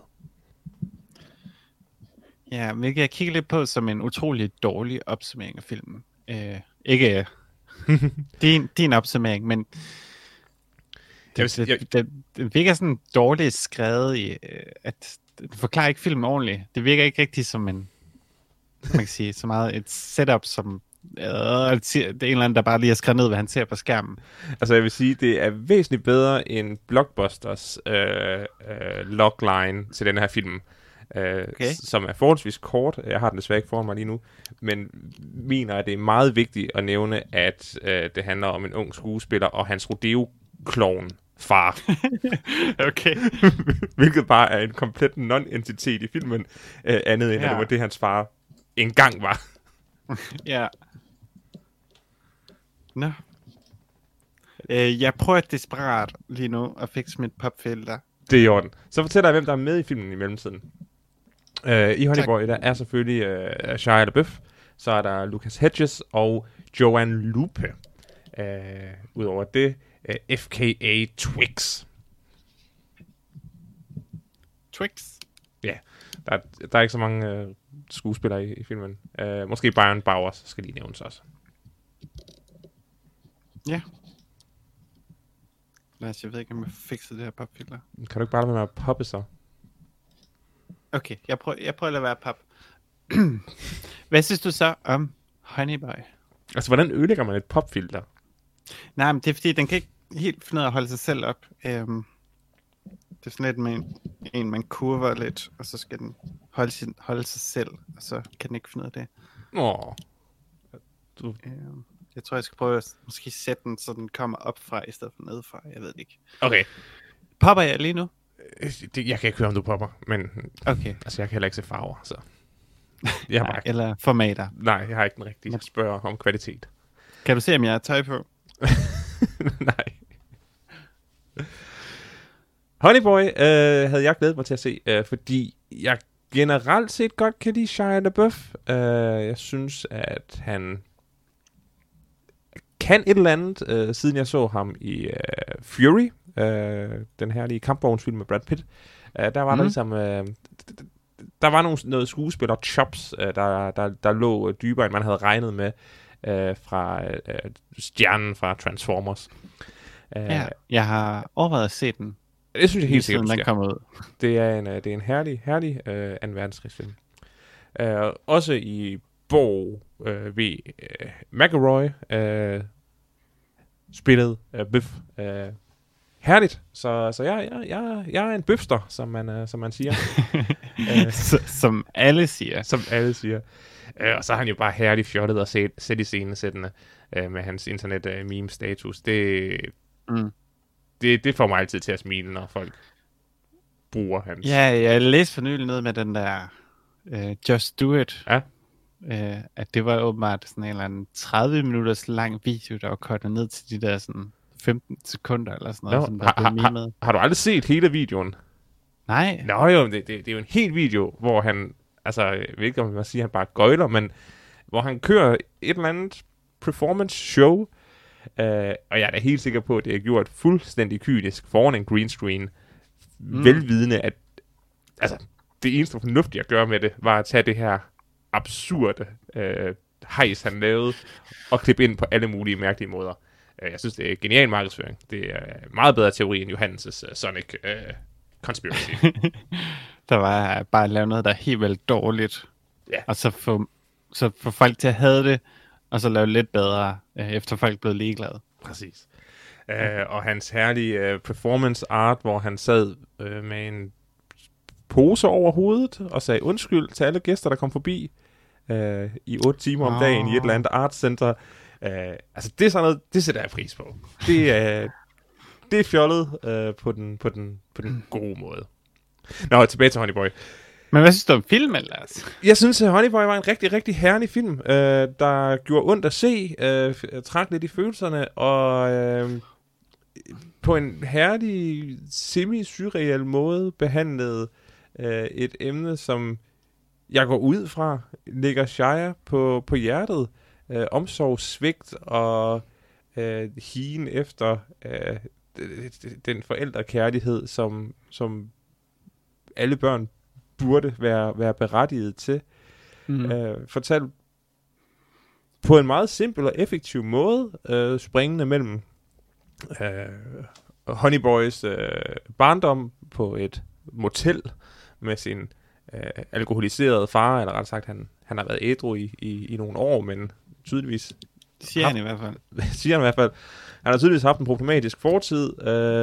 Ja, hvilket jeg kigger lidt på som en utrolig dårlig opsummering af filmen. Ikke din opsummering, men Det virker sådan dårligt skrevet i, at det forklarer ikke filmen ordentligt. Det virker ikke rigtig som man kan sige, så meget et setup, som det er en eller anden, der bare lige har skrevet ned, hvad han ser på skærmen. Altså jeg vil sige, det er væsentligt bedre end Blockbusters logline til den her film. Okay. Som er forholdsvis kort. Jeg har den desværre ikke foran mig lige nu, men mener, at det er meget vigtigt at nævne, at det handler om en ung skuespiller og hans rodeo-klovn far. Okay. Hvilket bare er en komplet non-entitet i filmen, andet end at det var det, hans far engang var. Ja. Nå. Jeg prøver desperat lige nu at fikse mit popfilter. Det er i orden. Så fortæller jeg, hvem der er med i filmen i mellemtiden. I Honey Boy, der er selvfølgelig Shia LaBeouf, så er der Lucas Hedges og Joanne Lupe. Udover det, FKA Twigs. Twigs? Ja, der er ikke så mange skuespillere i filmen. Måske Byron Bowers skal lige nævnes også. Ja. Lad jeg ved ikke, om jeg fikser det her popfilter. Kan du ikke bare lade med at poppe så? Okay, jeg prøver at lade være pop. Hvad synes du så om Honey Boy? Altså, hvordan ødelægger man et popfilter? Nej, men det er fordi, den kan ikke helt finde ud af at holde sig selv op. Det er sådan lidt med en man kurver lidt, og så skal den holde sig selv, og så kan den ikke finde ud af det. Jeg tror, jeg skal prøve at måske sætte den, så den kommer op fra, i stedet for nedfra. Jeg ved det ikke. Okay. Popper jeg lige nu? Jeg kan ikke høre, om du popper, men okay. Altså, jeg kan heller ikke se farver, så... Nej, eller formater. Nej, jeg har ikke den rigtige spørger om kvalitet. Kan du se, om jeg har tøj på? Nej. Honey Boy havde jeg glædet mig til at se, fordi jeg generelt set godt kan lide Shia LaBeouf. Jeg synes, at han kan et eller andet, siden jeg så ham i Fury, den herlige kampvognsfilm med Brad Pitt. Der var der ligesom... der var noget skuespiller chops, der lå dybere, end man havde regnet med fra stjernen fra Transformers. Ja, jeg har overvejet at se den. Det synes jeg helt sikkert, den kommer ud. Det er en herlig 2. verdenskrigsfilm. Også i Bo V. McElroy spillet Biff. Herligt. Så jeg er en bøfster, som man siger. Som alle siger. Som alle siger. Og så er han jo bare herligt fjollet og sæt i scenesættende med hans internet meme-status. Det får mig altid til at smile, når folk bruger hans... Ja, jeg læste for nylig noget med den der Just Do It. Ja. At det var åbenbart sådan en eller anden 30 minutters lang video, der var kortet ned til de der sådan 15 sekunder eller sådan noget. Som har du aldrig set hele videoen? Nej. Nå jo, det er jo en hel video, hvor han, altså, jeg ved ikke om man siger, han bare gøjler, men hvor han kører et eller andet performance show, og jeg er da helt sikker på, at det er gjort fuldstændig kynisk foran en green screen, velvidende, at altså, det eneste fornuftige at gøre med det, var at tage det her absurde hejs, han lavede, og klippe ind på alle mulige mærkelige måder. Jeg synes, det er genial markedsføring. Det er meget bedre teori end Johannes' Sonic Conspiracy. Der var bare lavet noget, der er helt vildt dårligt. Ja. Og så få folk til at have det, og så lave lidt bedre, efter folk blev ligeglade. Præcis. Og hans herlige performance art, hvor han sad med en pose over hovedet, og sagde undskyld til alle gæster, der kom forbi i 8 timer om dagen i et eller andet artcenter. Altså, det er sådan noget, det sætter jeg pris på. Det er fjollet på den gode måde. Nå, tilbage til Honey Boy. Men hvad synes du om filmen, Lars? Jeg synes, at Honey Boy var en rigtig, rigtig herlig film, der gjorde ondt at se, trak lidt i følelserne, og på en herlig, semi-surreal måde behandlede et emne, som jeg går ud fra, ligger Shia på hjertet. Omsorgssvigt og higen efter den forældrekærlighed, som alle børn burde være berettiget til. Fortalt på en meget simpel og effektiv måde, springende mellem Honey Boys barndom på et motel med sin alkoholiserede far, eller rettere sagt, han har været ædru i nogle år, men tydeligvis... Siger han i hvert fald. Siger han i hvert fald. Han har tydeligvis haft en problematisk fortid,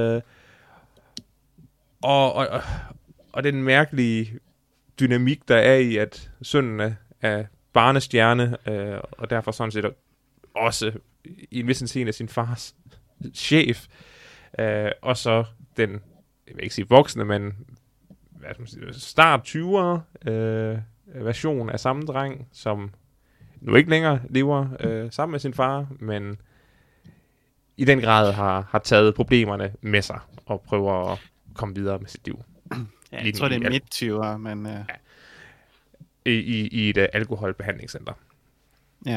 og den mærkelige dynamik, der er i, at sønnen er barnestjerne, og derfor sådan set også i en vis scene af sin fars chef, og så den, jeg vil ikke sige voksne, men start 20'er version af samme dreng, som nu ikke længere lever sammen med sin far, men i den grad har taget problemerne med sig og prøver at komme videre med sit liv. Ja, jeg tror, det er midt-20'er, men... I et alkoholbehandlingscenter. Ja.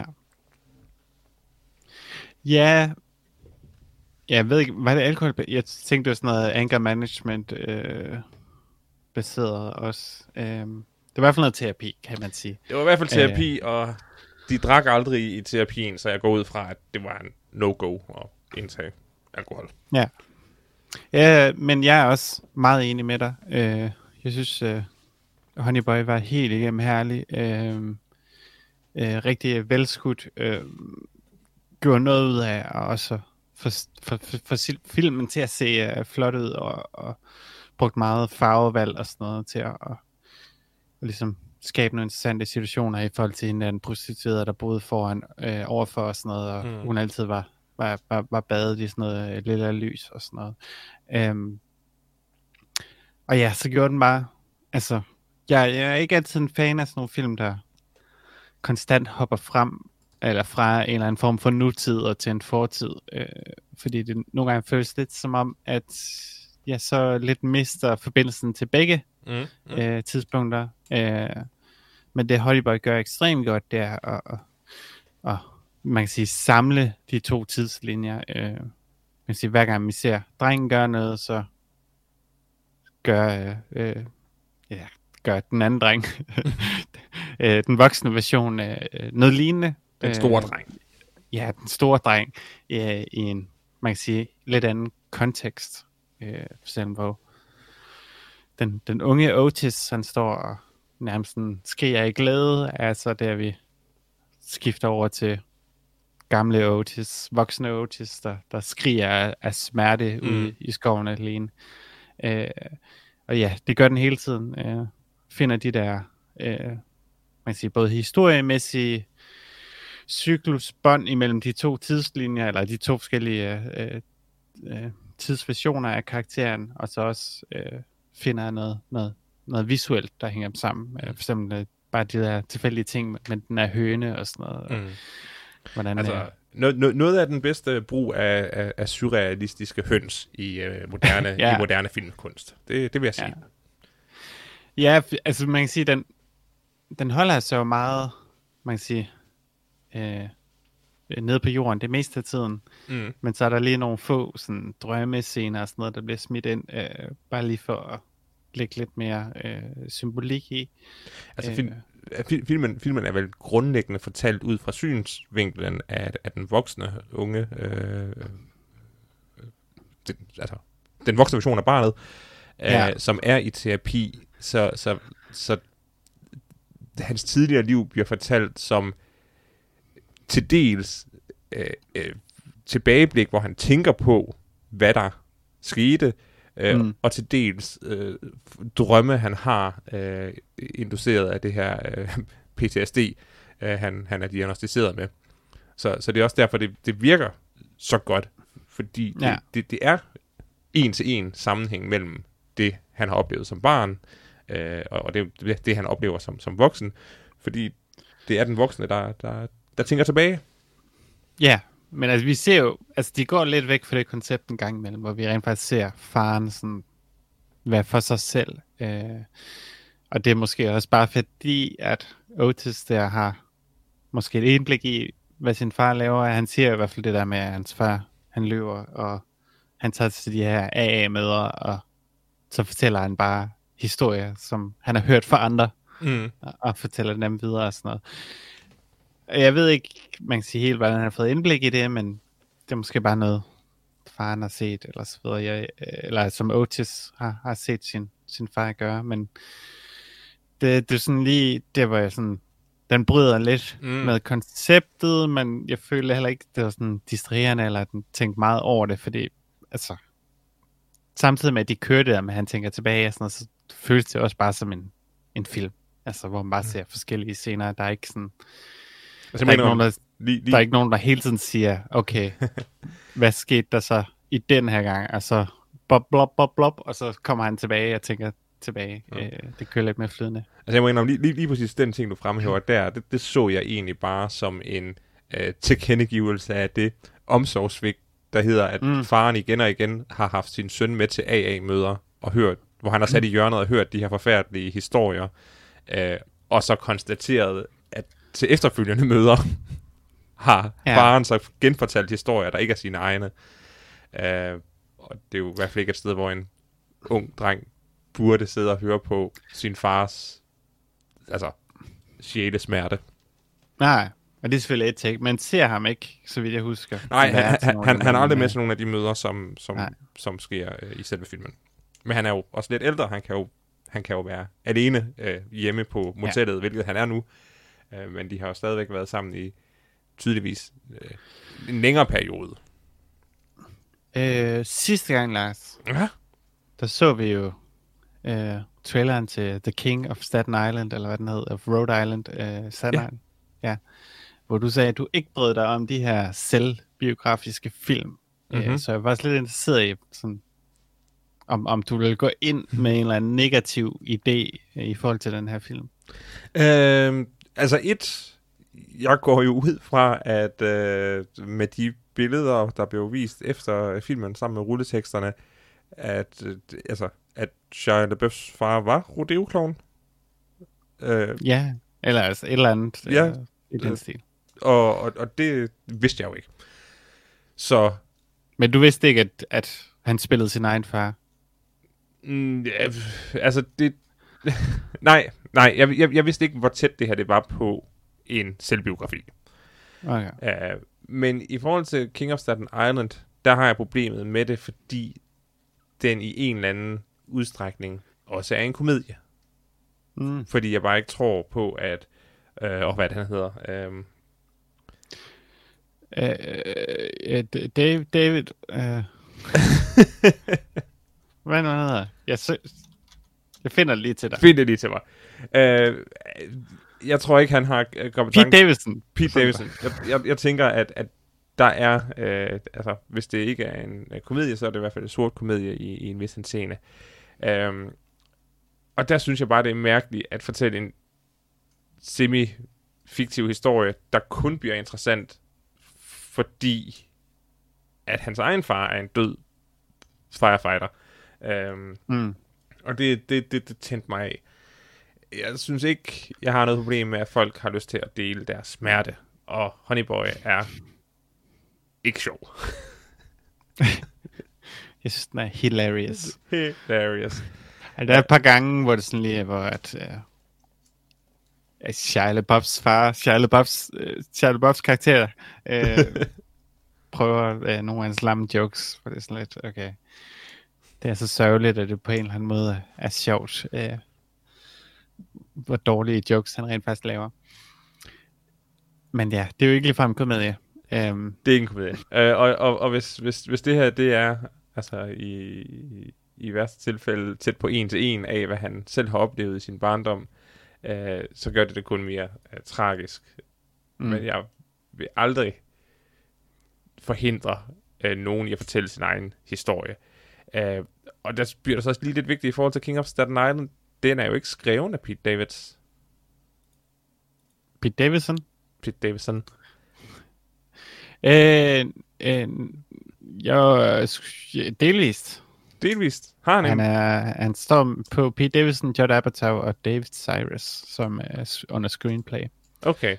Ja, jeg ved ikke, var det alkohol? Jeg tænkte, det var sådan noget anger management baseret også. Det var i hvert fald noget terapi, kan man sige. Det var i hvert fald terapi, og de drak aldrig i terapien, så jeg går ud fra, at det var en no-go at indtage alkohol. Ja. Ja, men jeg er også meget enig med dig. Jeg synes, Honey Boy var helt igennem herlig. Rigtig velskudt. Gjorde noget ud af, og også for filmen til at se flot ud, og brugt meget farvevalg og sådan noget til at ligesom skabe nogle interessante situationer i forhold til en prostitueret, der boede foran overfor og sådan noget, og hun altid var badet i sådan noget lille lys og sådan noget. Og ja, så gjorde den bare, altså, jeg er ikke altid en fan af sådan nogle film, der konstant hopper frem, eller fra en eller anden form for nutid og til en fortid, fordi det nogle gange føles lidt som om, at jeg så lidt mister forbindelsen til begge tidspunkter. Men det Honey Boy gør ekstremt godt, det er at man kan sige, samle de to tidslinjer. Man kan sige, hver gang vi ser drengen gøre noget, så gør den anden dreng, den voksne version, noget lignende. Den store dreng. Ja, den store dreng i en, man kan sige, lidt anden kontekst. For eksempel, hvor den unge Otis, han står og nærmest skriger i glæde, altså der vi skifter over til gamle Otis, voksne Otis, der skriger af smerte ude i skoven alene. Og ja, det gør den hele tiden. Finder de der, man kan sige, både historiemæssige cyklusbånd imellem de to tidslinjer, eller de to forskellige tidsversioner af karakteren, og så også finder noget visuelt, der hænger dem sammen. For eksempel bare de der tilfældige ting med den her høne og sådan noget. Hvordan, altså, noget af den bedste brug af surrealistiske høns i moderne filmkunst. Det vil jeg sige. Ja, altså man kan sige, den holder sig jo meget, man kan sige, nede på jorden det meste af tiden. Men så er der lige nogle få sådan drømmescener og sådan noget, der bliver smidt ind, bare lige for at lægge lidt mere symbolik i. Altså filmen er vel grundlæggende fortalt ud fra synsvinklen af den voksne unge, den voksne version af barnet, som er i terapi, så hans tidligere liv bliver fortalt som til dels tilbageblik, hvor han tænker på, hvad der skete, og til dels drømme, han har induceret af det her PTSD, han er diagnosticeret med. Så det er også derfor, det virker så godt, fordi det er en til en sammenhæng mellem det, han har oplevet som barn, og det han oplever som voksen, fordi det er den voksne, der tænker tilbage. Ja, men altså vi ser jo, altså de går lidt væk fra det koncept en gang imellem, hvor vi rent faktisk ser faren sådan være for sig selv. Og det er måske også bare fordi, at Otis der har måske et indblik i, hvad sin far laver. Han siger i hvert fald det der med, at hans far, han løber, og han tager til de her AA-møder, og så fortæller han bare historier, som han har hørt fra andre, og fortæller dem videre og sådan noget. Jeg ved ikke, man kan sige helt, hvordan han har fået indblik i det, men det er måske bare noget faren har set, eller så videre, eller som Otis har set sin far gøre, men det er sådan lige, det var jeg sådan, den bryder lidt med konceptet, men jeg føler heller ikke, det var sådan distraherende, eller at den tænkte meget over det, fordi, altså, samtidig med, at de kørte der, men han tænker tilbage, og sådan noget, så føles det også bare som en film, altså, hvor man bare ser forskellige scener, der er ikke sådan, altså, der er ikke nogen, der hele tiden siger, okay, hvad skete der så i den her gang, altså, bob, og så kommer han tilbage, og tænker tilbage, det kører lidt mere flydende. Altså jeg må indrømme, lige præcis den ting, du fremhæver der, det så jeg egentlig bare som en tilkendegivelse af det omsorgsvigt, der hedder, at faren igen og igen har haft sin søn med til AA-møder, og hørt, hvor han har sat i hjørnet og hørt de her forfærdelige historier, og så konstateret, at til efterfølgende møder har faren så genfortalt historier, der ikke er sine egne. Og det er jo i hvert fald ikke et sted, hvor en ung dreng burde sidde og høre på sin fars sjælesmerte. Nej, og det er selvfølgelig et take. Man ser ham ikke, så vidt jeg husker. Nej, han er aldrig med til nogle af de møder, som sker i selve filmen. Men han er jo også lidt ældre. Han kan jo være alene hjemme på motellet, hvilket han er nu. Men de har jo stadigvæk været sammen i tydeligvis en længere periode. Sidste gang, Lars, der så vi jo traileren til The King of Staten Island, eller hvad den hed, of Rhode Island, Staten Island. Ja. Hvor du sagde, at du ikke brød dig om de her selvbiografiske film. Så jeg var også lidt interesseret i, sådan, om du ville gå ind med en eller anden negativ idé i forhold til den her film. Jeg går jo ud fra, at med de billeder, der blev vist efter filmen sammen med rulleteksterne, at Shia LaBeoufs far var rodeo-klovn. Ja, eller altså et eller andet i den stil. Og det vidste jeg jo ikke. Så... Men du vidste ikke, at han spillede sin egen far? Det... nej, jeg vidste ikke, hvor tæt det her det var på en selvbiografi. Okay. Men i forhold til King of Staten Island, der har jeg problemet med det, fordi den i en eller anden udstrækning også er en komedie. Fordi jeg bare ikke tror på, at... hvad det han hedder... David... Hvad nu han hedder? Jeg finder det lige til dig. Find det lige til mig. Jeg tror ikke, han har kompetence... Pete Davidson. Jeg tænker, at der er... hvis det ikke er en komedie, så er det i hvert fald en sort komedie i en vis scene. Og der synes jeg bare, det er mærkeligt at fortælle en semi-fiktiv historie, der kun bliver interessant, fordi at hans egen far er en død firefighter. Og det tændte mig af. Jeg synes ikke, jeg har noget problem med, at folk har lyst til at dele deres smerte. Og Honey Boy er ikke sjov. Jeg synes, den er hilarious. Hilarious. Der er et par gange, hvor det sådan lige er, hvor at Shia LaBeoufs far, Shia LaBeoufs karakter, prøver nogle af hans lamme jokes, for det er sådan lidt, okay. Det er så sørgeligt, at det på en eller anden måde er sjovt, hvor dårlige jokes han rent faktisk laver. Men ja, det er jo ikke ligefrem en komedie. Det er ikke en komedie. Og hvis det her, det er altså i værste tilfælde tæt på 1-1 af, hvad han selv har oplevet i sin barndom, så gør det kun mere tragisk. Men jeg vil aldrig forhindre nogen i at fortælle sin egen historie. Og der bliver der så også lige lidt vigtigt i forhold til King of Staten Island. Den er jo ikke skrevet af Pete Davidson. Pete Davidson? Pete Davidson. Delvist. Delvist? Har han han står på Pete Davidson, Judd Apatow og David Cyrus som under screenplay. Okay.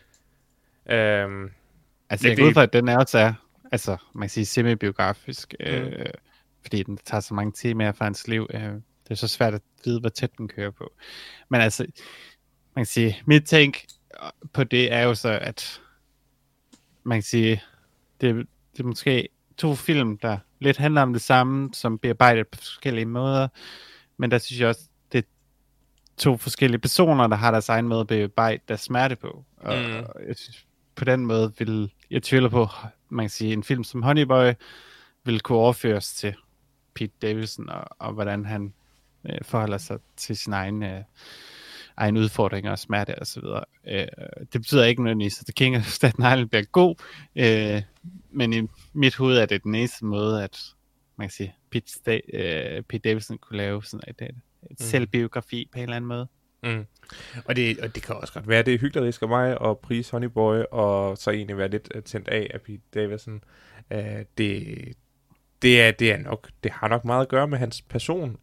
Altså jeg går ud fra, at den også er, altså man kan sige semi-biografisk, fordi den tager så mange temaer fra hans liv. Det er så svært at vide, hvor tæt den kører på. Men altså, man kan sige, mit take på det er jo så, at man kan sige, det er måske to film, der lidt handler om det samme, som bearbejdet på forskellige måder, men der synes jeg også, det er 2 forskellige personer, der har deres egen måde at bearbejde deres smerte på. Og jeg synes, på den måde vil jeg tvivle på, man kan sige, en film som Honey Boy vil kunne overføres til Pete Davidson, og hvordan han forholder sig til sin egen udfordringer og smerte og så videre. Det betyder ikke nødvendigvis, at The King of Staten Island bliver god, men i mit hoved er det den eneste måde, at man kan sige, Pete Davidson kunne lave sådan et selvbiografi på en eller anden måde. Og det kan også godt være, det er hyggeligt af mig at prise Honey Boy, og så egentlig være lidt tændt af Pete Davidson. Det har nok meget at gøre med hans person.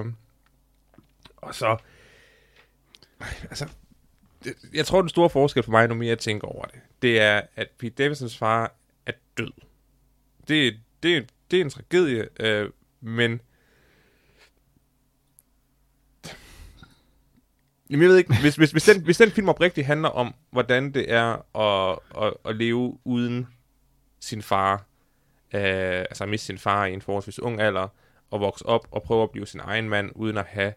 Og så altså, jeg tror, den store forskel for mig, nu mere jeg tænker over det er, at Pete Davidsons far er død. Det er en tragedie, men jeg ved ikke, hvis den film oprigtigt handler om, hvordan det er at leve uden sin far, altså miste sin far i en forholdsvis ung alder, og vokse op og prøve at blive sin egen mand, uden at have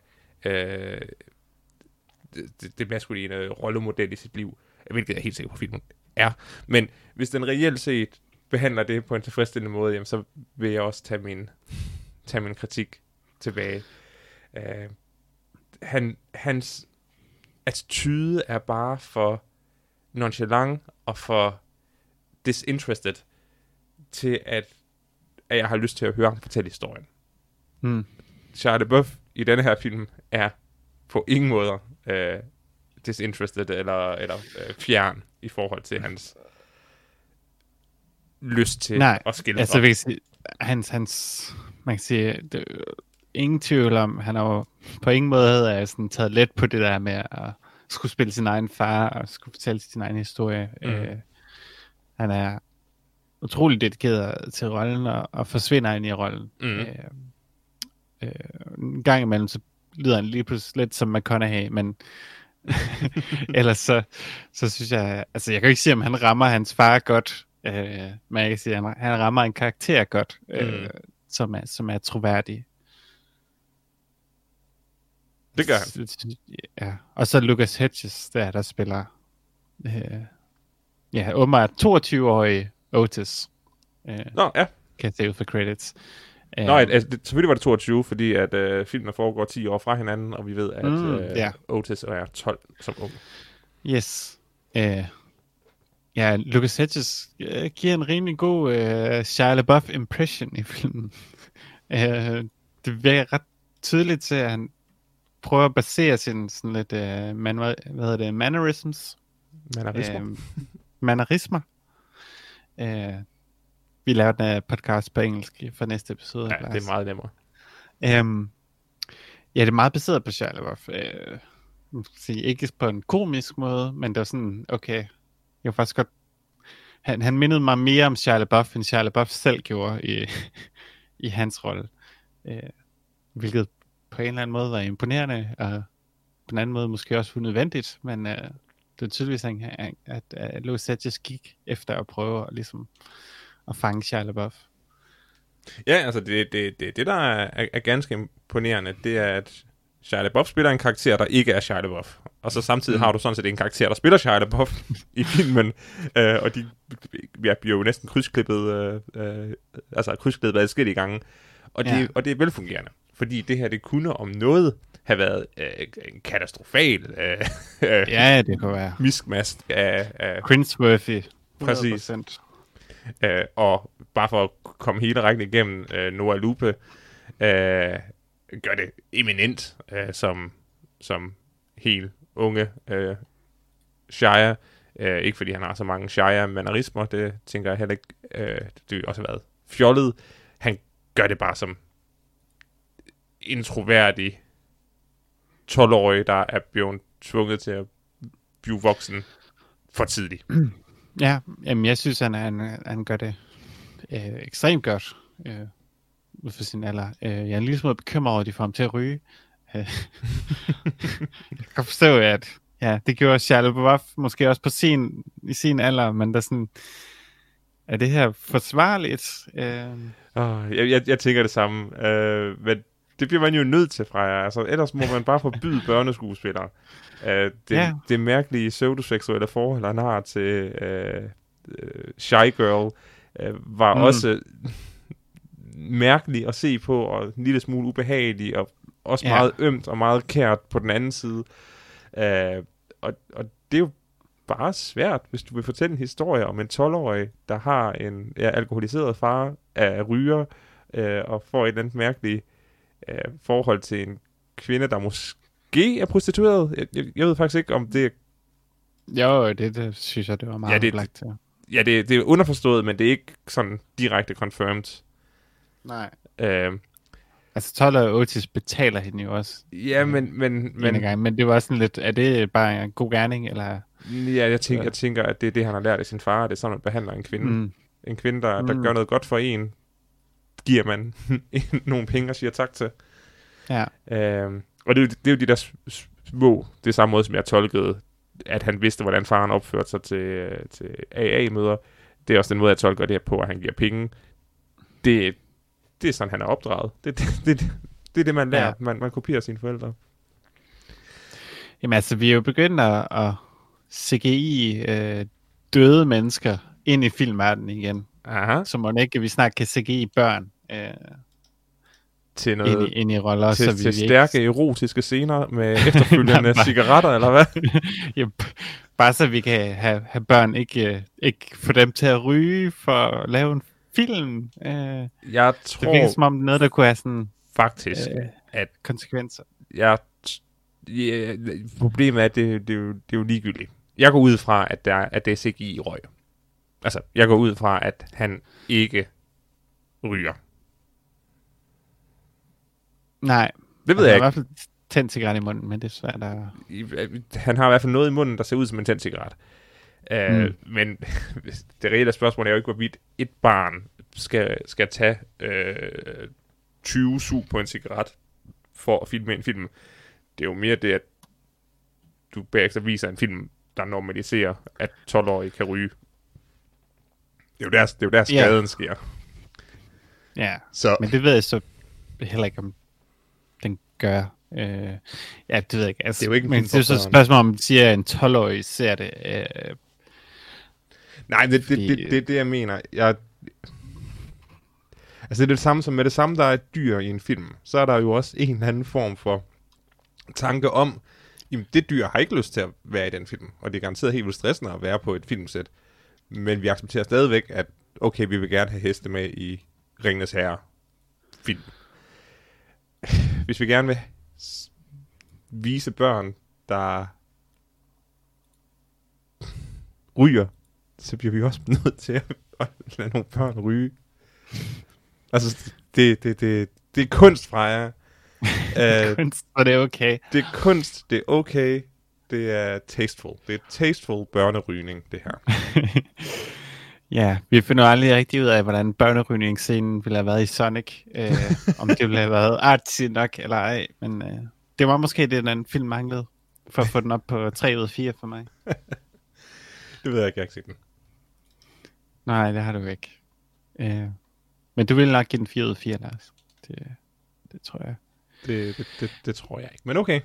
det bliver sgu lige en rollemodel i sit liv, hvilket jeg er helt sikker på, filmen er. Men hvis den reelt set behandler det på en tilfredsstillende måde, jamen, så vil jeg også tage min kritik tilbage. Hans attitude er bare for nonchalant og for disinterested til, at jeg har lyst til at høre ham fortælle historien. Shia LaBeouf i denne her film er på ingen måder disinterested eller fjern i forhold til hans lyst til at skille altså, hans man kan sige, ingen tvivl om, han har jo på ingen måde sådan taget let på det der med at skulle spille sin egen far og skulle fortælle sin egen historie. Han er utrolig dedikeret til rollen og forsvinder ind i rollen. En gang imellem så lyder han lige pludselig lidt som McConaughey, men ellers så synes jeg, altså jeg kan ikke sige, om han rammer hans far godt, men jeg kan sige, at han rammer en karakter godt, som er troværdig. Det gør han. Ja. Og så Lucas Hedges, der spiller åbenbart 22-årig Otis. Nå, ja. Kan jeg se ud for credits. Selvfølgelig var det 22, fordi at filmen foregår 10 år fra hinanden, og vi ved, at Otis er 12 som ung. Yes. Lucas Hedges giver en rimelig god Shia LaBeouf impression i filmen. Det virker ret tydeligt til, at han prøver at basere sin sådan lidt mannerismer. Vi laver den her podcast på engelsk for næste episode. Ja, det er meget nemmere. Det er meget baseret på Shia LaBeouf. Ikke på en komisk måde, men det var sådan, okay, jeg var faktisk godt. Han mindede mig mere om Shia LaBeouf, end Shia LaBeouf selv gjorde i hans rolle. Hvilket på en eller anden måde var imponerende, og på en anden måde måske også unødvendigt, men det er tydeligvis, at Lucas Hedges gik efter at prøve ligesom at fange Shia LaBeouf. Ja, altså det der er ganske imponerende, det er, at Shia LaBeouf spiller en karakter, der ikke er Shia LaBeouf. Og så samtidig har du sådan set en karakter, der spiller Shia LaBeouf i filmen. Og de bliver jo næsten krydsklippet, krydsklippet adskillige gange. Og det er velfungerende. Fordi det her, det kunne om noget have været en katastrofal det kunne være miskmask af cringeworthy. 100%. Præcis. Og bare for at komme hele rækken igennem, Noah Lupe gør det eminent som helt unge Shia. Ikke fordi han har så mange Shia-mannerismer, det tænker jeg heller ikke. Det vil også have været fjollet. Han gør det bare som en troværdig 12-årig, der er blevet tvunget til at blive voksen for tidligt. Ja, jamen jeg synes, han gør det ekstremt godt ud for sin alder. Jeg er en lille smule bekymret over, at de får ham til at ryge. Jeg kan forstå, at det gjorde Shia LaBeouf måske også i sin alder, men der sådan, er det her forsvarligt? Jeg tænker det samme. Men det bliver man jo nødt til, Freja. Altså, ellers må man bare forbyde børneskuespillere. Det mærkelige pseudoseksuelle forhold, han har til Shy Girl, var også mærkelig at se på, og en lille smule ubehagelig, og også meget ømt og meget kært på den anden side. Og det er jo bare svært, hvis du vil fortælle en historie om en 12-årig, der har en alkoholiseret far af ryger, og får et eller andet mærkeligt forhold til en kvinde, der måske er prostitueret. Jeg ved faktisk ikke, om det... Jo, det synes jeg, det var meget oplagt til. Ja, det er underforstået, men det er ikke sådan direkte confirmed. Nej. Altså 12-årige Otis betaler hende jo også. Ja, men det var sådan lidt, er det bare en god gerning, eller... Ja, jeg tænker, at det er det, han har lært af sin far, det er sådan, man behandler en kvinde. En kvinde, der gør noget godt for en, giver man nogle penge og siger tak til. Ja. Og det er jo de der små, det er samme måde, som jeg tolkede, at han vidste, hvordan faren opførte sig til AA-møder. Det er også den måde, jeg tolker det her på, at han giver penge. Det er sådan, han er opdraget. Det er det, man lærer. Ja. Man kopierer sine forældre. Jamen altså, vi er jo begyndt at CGI døde mennesker ind i filmverdenen igen. Aha. Så må ikke, vi snart kan CGI børn til noget, ind i roller. Til stærke erotiske scener med efterfølgende cigaretter, eller hvad? Yep. Bare så vi kan have børn, ikke få dem til at ryge for at lave en film. Jeg tror... Det virker som om noget, der kunne have sådan... Faktisk, at... konsekvenser. Problemet er, at det er jo ligegyldigt. Jeg går ud fra, at det er CGI røg. Altså, jeg går ud fra, at han ikke ryger. Nej. Det ved jeg ikke. Han har i hvert fald tændt cigaret i munden, men det er svært at... Han har i hvert fald noget i munden, der ser ud som en tændt cigaret. Men det reelle spørgsmål er jo ikke, hvorvidt et barn skal tage 20 sug på en cigaret for at filme en film. Det er jo mere det, at du bagefter viser en film, der normaliserer, at 12-årige kan ryge. Det er jo der skaden sker. Ja, men det ved jeg så heller ikke, om den gør. Ja, det ved jeg ikke. Altså, det er jo ikke men det er så et spørgsmål, om siger, at en 12-årig ser det. Nej, det er det, jeg mener. Altså, det er det samme som med det samme, der er et dyr i en film. Så er der jo også en eller anden form for tanke om, jamen, det dyr har ikke lyst til at være i den film, og det er garanteret helt vildt stressende at være på et filmsæt. Men vi accepterer stadigvæk, at okay, vi vil gerne have heste med i Ringenes Herre-film. Hvis vi gerne vil vise børn, der ryger, så bliver vi også nødt til at lade nogle børn ryge. Altså, det er kunst, Freja. Kunst, og det er okay. Det er kunst, det er okay. Det er tasteful. Det er tasteful børnerygning, det her. Ja, vi finder aldrig rigtig ud af, hvordan børnerygningsscenen ville have været i Sonic. Om det ville have været artsy nok eller ej. Men det var måske det, den film manglede. For at få den op på 3 ud af 4 for mig. Det ved jeg ikke set den. Nej, det har du ikke. Men du vil nok give den 4 ud af 4, Lars. Det tror jeg. Det tror jeg ikke, men okay.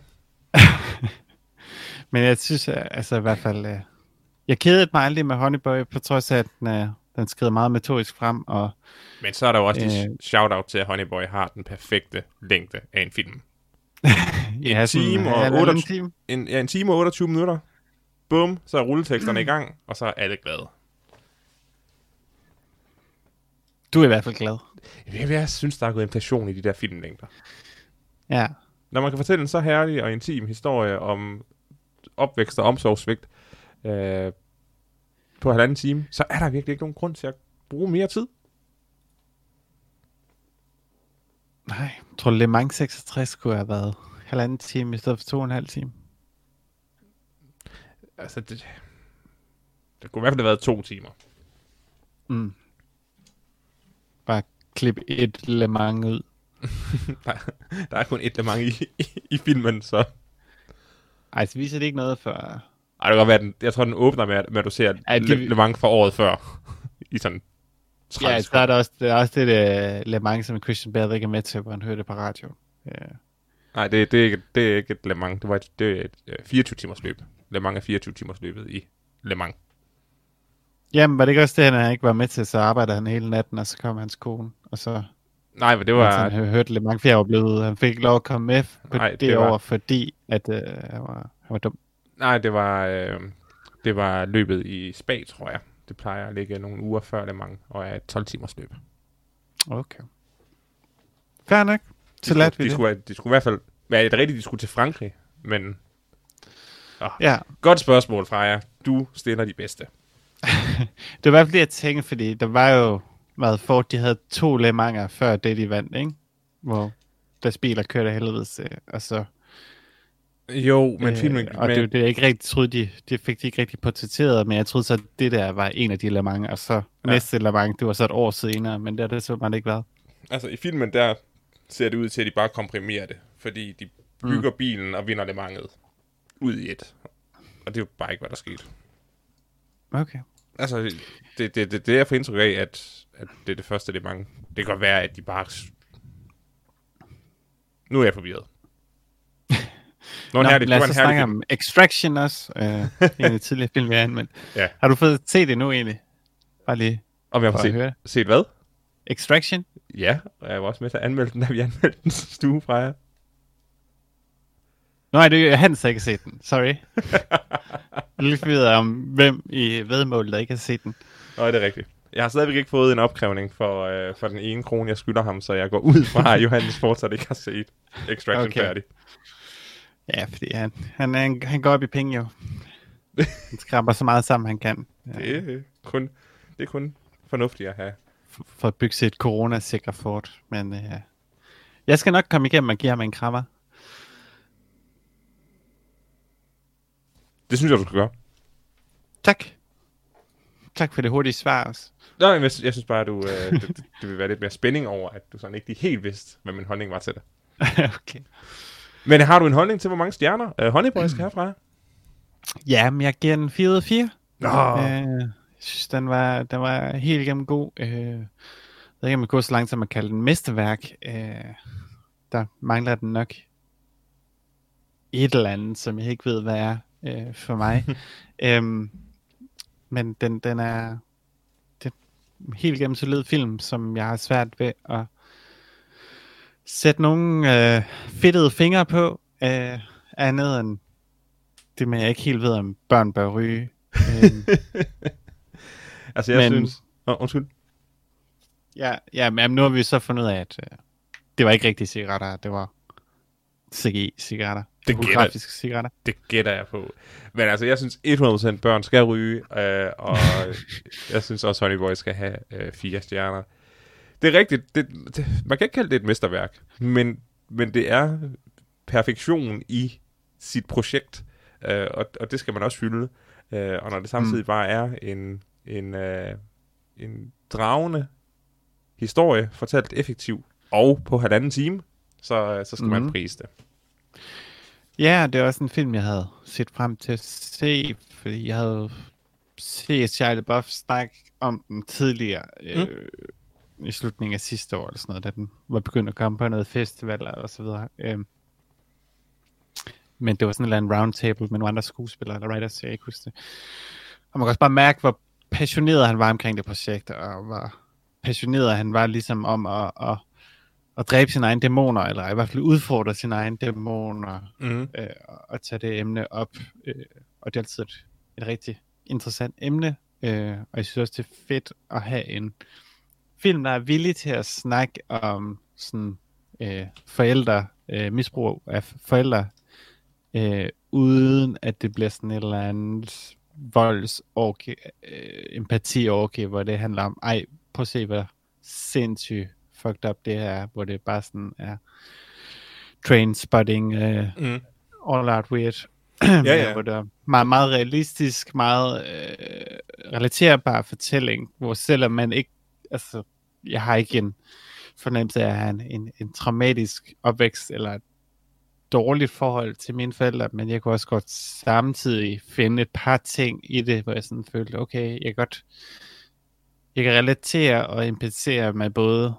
Men jeg synes altså i hvert fald, jeg kedede mig aldrig med Honey Boy, på trods af, at den skrider meget metodisk frem. Men så er der jo også shout-out til, at Honey Boy har den perfekte længde af en film. En time og 28 minutter. Bum, så er rulleteksterne i gang, og så er alle glade. Du er i hvert fald glad. Jeg synes, der er gået inflation i de der filmlængder. Ja. Når man kan fortælle en så herlig og intim historie om opvækst og omsorgssvigt på 1,5 time, så er der virkelig ikke nogen grund til at bruge mere tid. Nej, jeg tror Le Mans 66 skulle have været 1,5 time i stedet for 2,5 time. Altså, det kunne i hvert fald have været 2 timer. Bare klip et Le Mans ud. Der er kun et Le Mans i filmen, så... Ej, så viser det ikke noget for... Ej, det kan godt være, jeg tror, den åbner med at du ser Le Mans fra året før. I sådan Ja, så er der også det Le Mans, som Christian Bale ikke er med til, hvor han hørte det på radio. Nej, det er ikke et Le Mans. Det er et 24-timers løb. Le Mans er 24-timers løbet i Le Mans. Jamen, var det ikke også det, han ikke var med til, så arbejdede han hele natten, og så kom hans kone, og så... Nej, men det var... Han hørte Le Mans 4 år blevet... Han fik ikke lov at komme med på det år, fordi at, han var dum. Nej, det var løbet i Spa, tror jeg. Det plejer at ligge nogle uger før Le Mans, og er et 12-timers løb. Okay. Fair nok. Så lærte vi det. De skulle i hvert fald... Ja, det er rigtigt, de skulle til Frankrig, men... Ja. Godt spørgsmål, Freja. Du stiller de bedste. Det var i hvert fald det, jeg tænkte, fordi der var jo... de havde 2 Le Mans'er før det, de vandt, ikke? Hvor deres biler kørte helvedes, og så... Jo, men filmen... Og det jeg ikke rigtig troede, de fik de ikke rigtig portrætteret, men jeg troede så, at det der var en af de Le Mans'er, og så næste Le Mans, det var så et år senere, men det har det så man ikke været. Altså, i filmen der ser det ud til, at de bare komprimerer det, fordi de bygger bilen og vinder Le Mans'et ud i et. Og det er jo bare ikke, hvad der skete. Okay. Altså, det er for indtryk af, at det er det første Le Mans. Det kan godt være, at de bare... Nu er jeg forvirret. Lad os snakke om Extraction også. En af de tidligere film, vi har anmeldt. Ja. Har du fået set det nu egentlig? Bare lige. Om jeg har set hvad? Extraction? Ja, og jeg var også med til at anmelde den, da vi anmeldte den stue fra jer. Nej, det er Hans, der ikke har set den. Sorry. Jeg er lidt forvirret om, hvem i vedmål, der ikke har set den. Nej, det er rigtigt. Jeg har stadigvæk ikke fået en opkrævning for den ene krone, jeg skylder ham, så jeg går ud fra, at Johannes fortsat ikke har set Extraction færdig. Ja, fordi han går op i penge jo. Han skraber så meget sammen, han kan. Ja. Det er kun fornuftigt at have. For at bygge sit corona-sikre fort. Men jeg skal nok komme igennem og give ham en krammer. Det synes jeg, du skal gøre. Tak. Tak for det hurtige svar også. Nej, jeg synes bare, at det vil være lidt mere spænding over, at du sådan ikke helt vidste, hvad min holdning var til det. Okay. Men har du en holdning til, hvor mange stjerner Honeyboy skal have fra? Ja, men jeg giver den 4 ud af 4. Jeg synes, den var helt igennem god. Jeg ved ikke, om man går så langt, som at kalde den mesterværk. Der mangler den nok et eller andet, som jeg ikke ved, hvad er for mig. Men den er helt igennem solid film, som jeg har svært ved at sætte nogle fedtede fingre på, andet end det, men jeg ikke helt ved, om børn bør ryge. Altså, jeg synes... undskyld. Ja, men nu har vi så fundet ud af, at det var ikke rigtige cigaretter, det var CGI-cigaretter. Holografiske cigaretter. Det gætter jeg på. Men altså, jeg synes 100% børn skal ryge, og jeg synes også, Honeyboy skal have 4 stjerner. Det er rigtigt. Man kan ikke kalde det et mesterværk, men det er perfektion i sit projekt, og det skal man også hylde. Og når det samtidig bare er en dragende historie, fortalt effektiv og på 1,5 time, så skal man prise det. Ja, det er også en film, jeg havde set frem til at se, fordi jeg havde set Shia LaBeouf snakke om den tidligere i slutningen af sidste år, eller sådan noget, da den var begyndt at komme på noget festivaler og så videre. Men det var sådan en eller anden roundtable med nogle andre skuespillere eller writers, jeg ikke husker det. Og man kan også bare mærke, hvor passioneret han var omkring det projekt, og hvor passioneret han var ligesom om at dræbe sine egne dæmoner, eller i hvert fald udfordre sine egne dæmoner, og tage det emne op. Og det er altid et rigtig interessant emne, og jeg synes også, det er fedt at have en film, der er villig til at snakke om sådan forældre, misbrug af forældre, uden at det bliver sådan et eller andet empati-orgie, hvor det handler om, prøv at se, hvad sindssygt fucked up det er, hvor det bare sådan er trainspotting, all out weird. Ja. Hvor det er meget, meget realistisk, meget relaterbar fortælling, hvor selvom man ikke, altså, jeg har ikke en fornemmelse af at have en traumatisk opvækst, eller et dårligt forhold til mine forældre, men jeg kunne også godt samtidig finde et par ting i det, hvor jeg sådan følte, okay, jeg kan godt jeg kan relatere og empatisere med både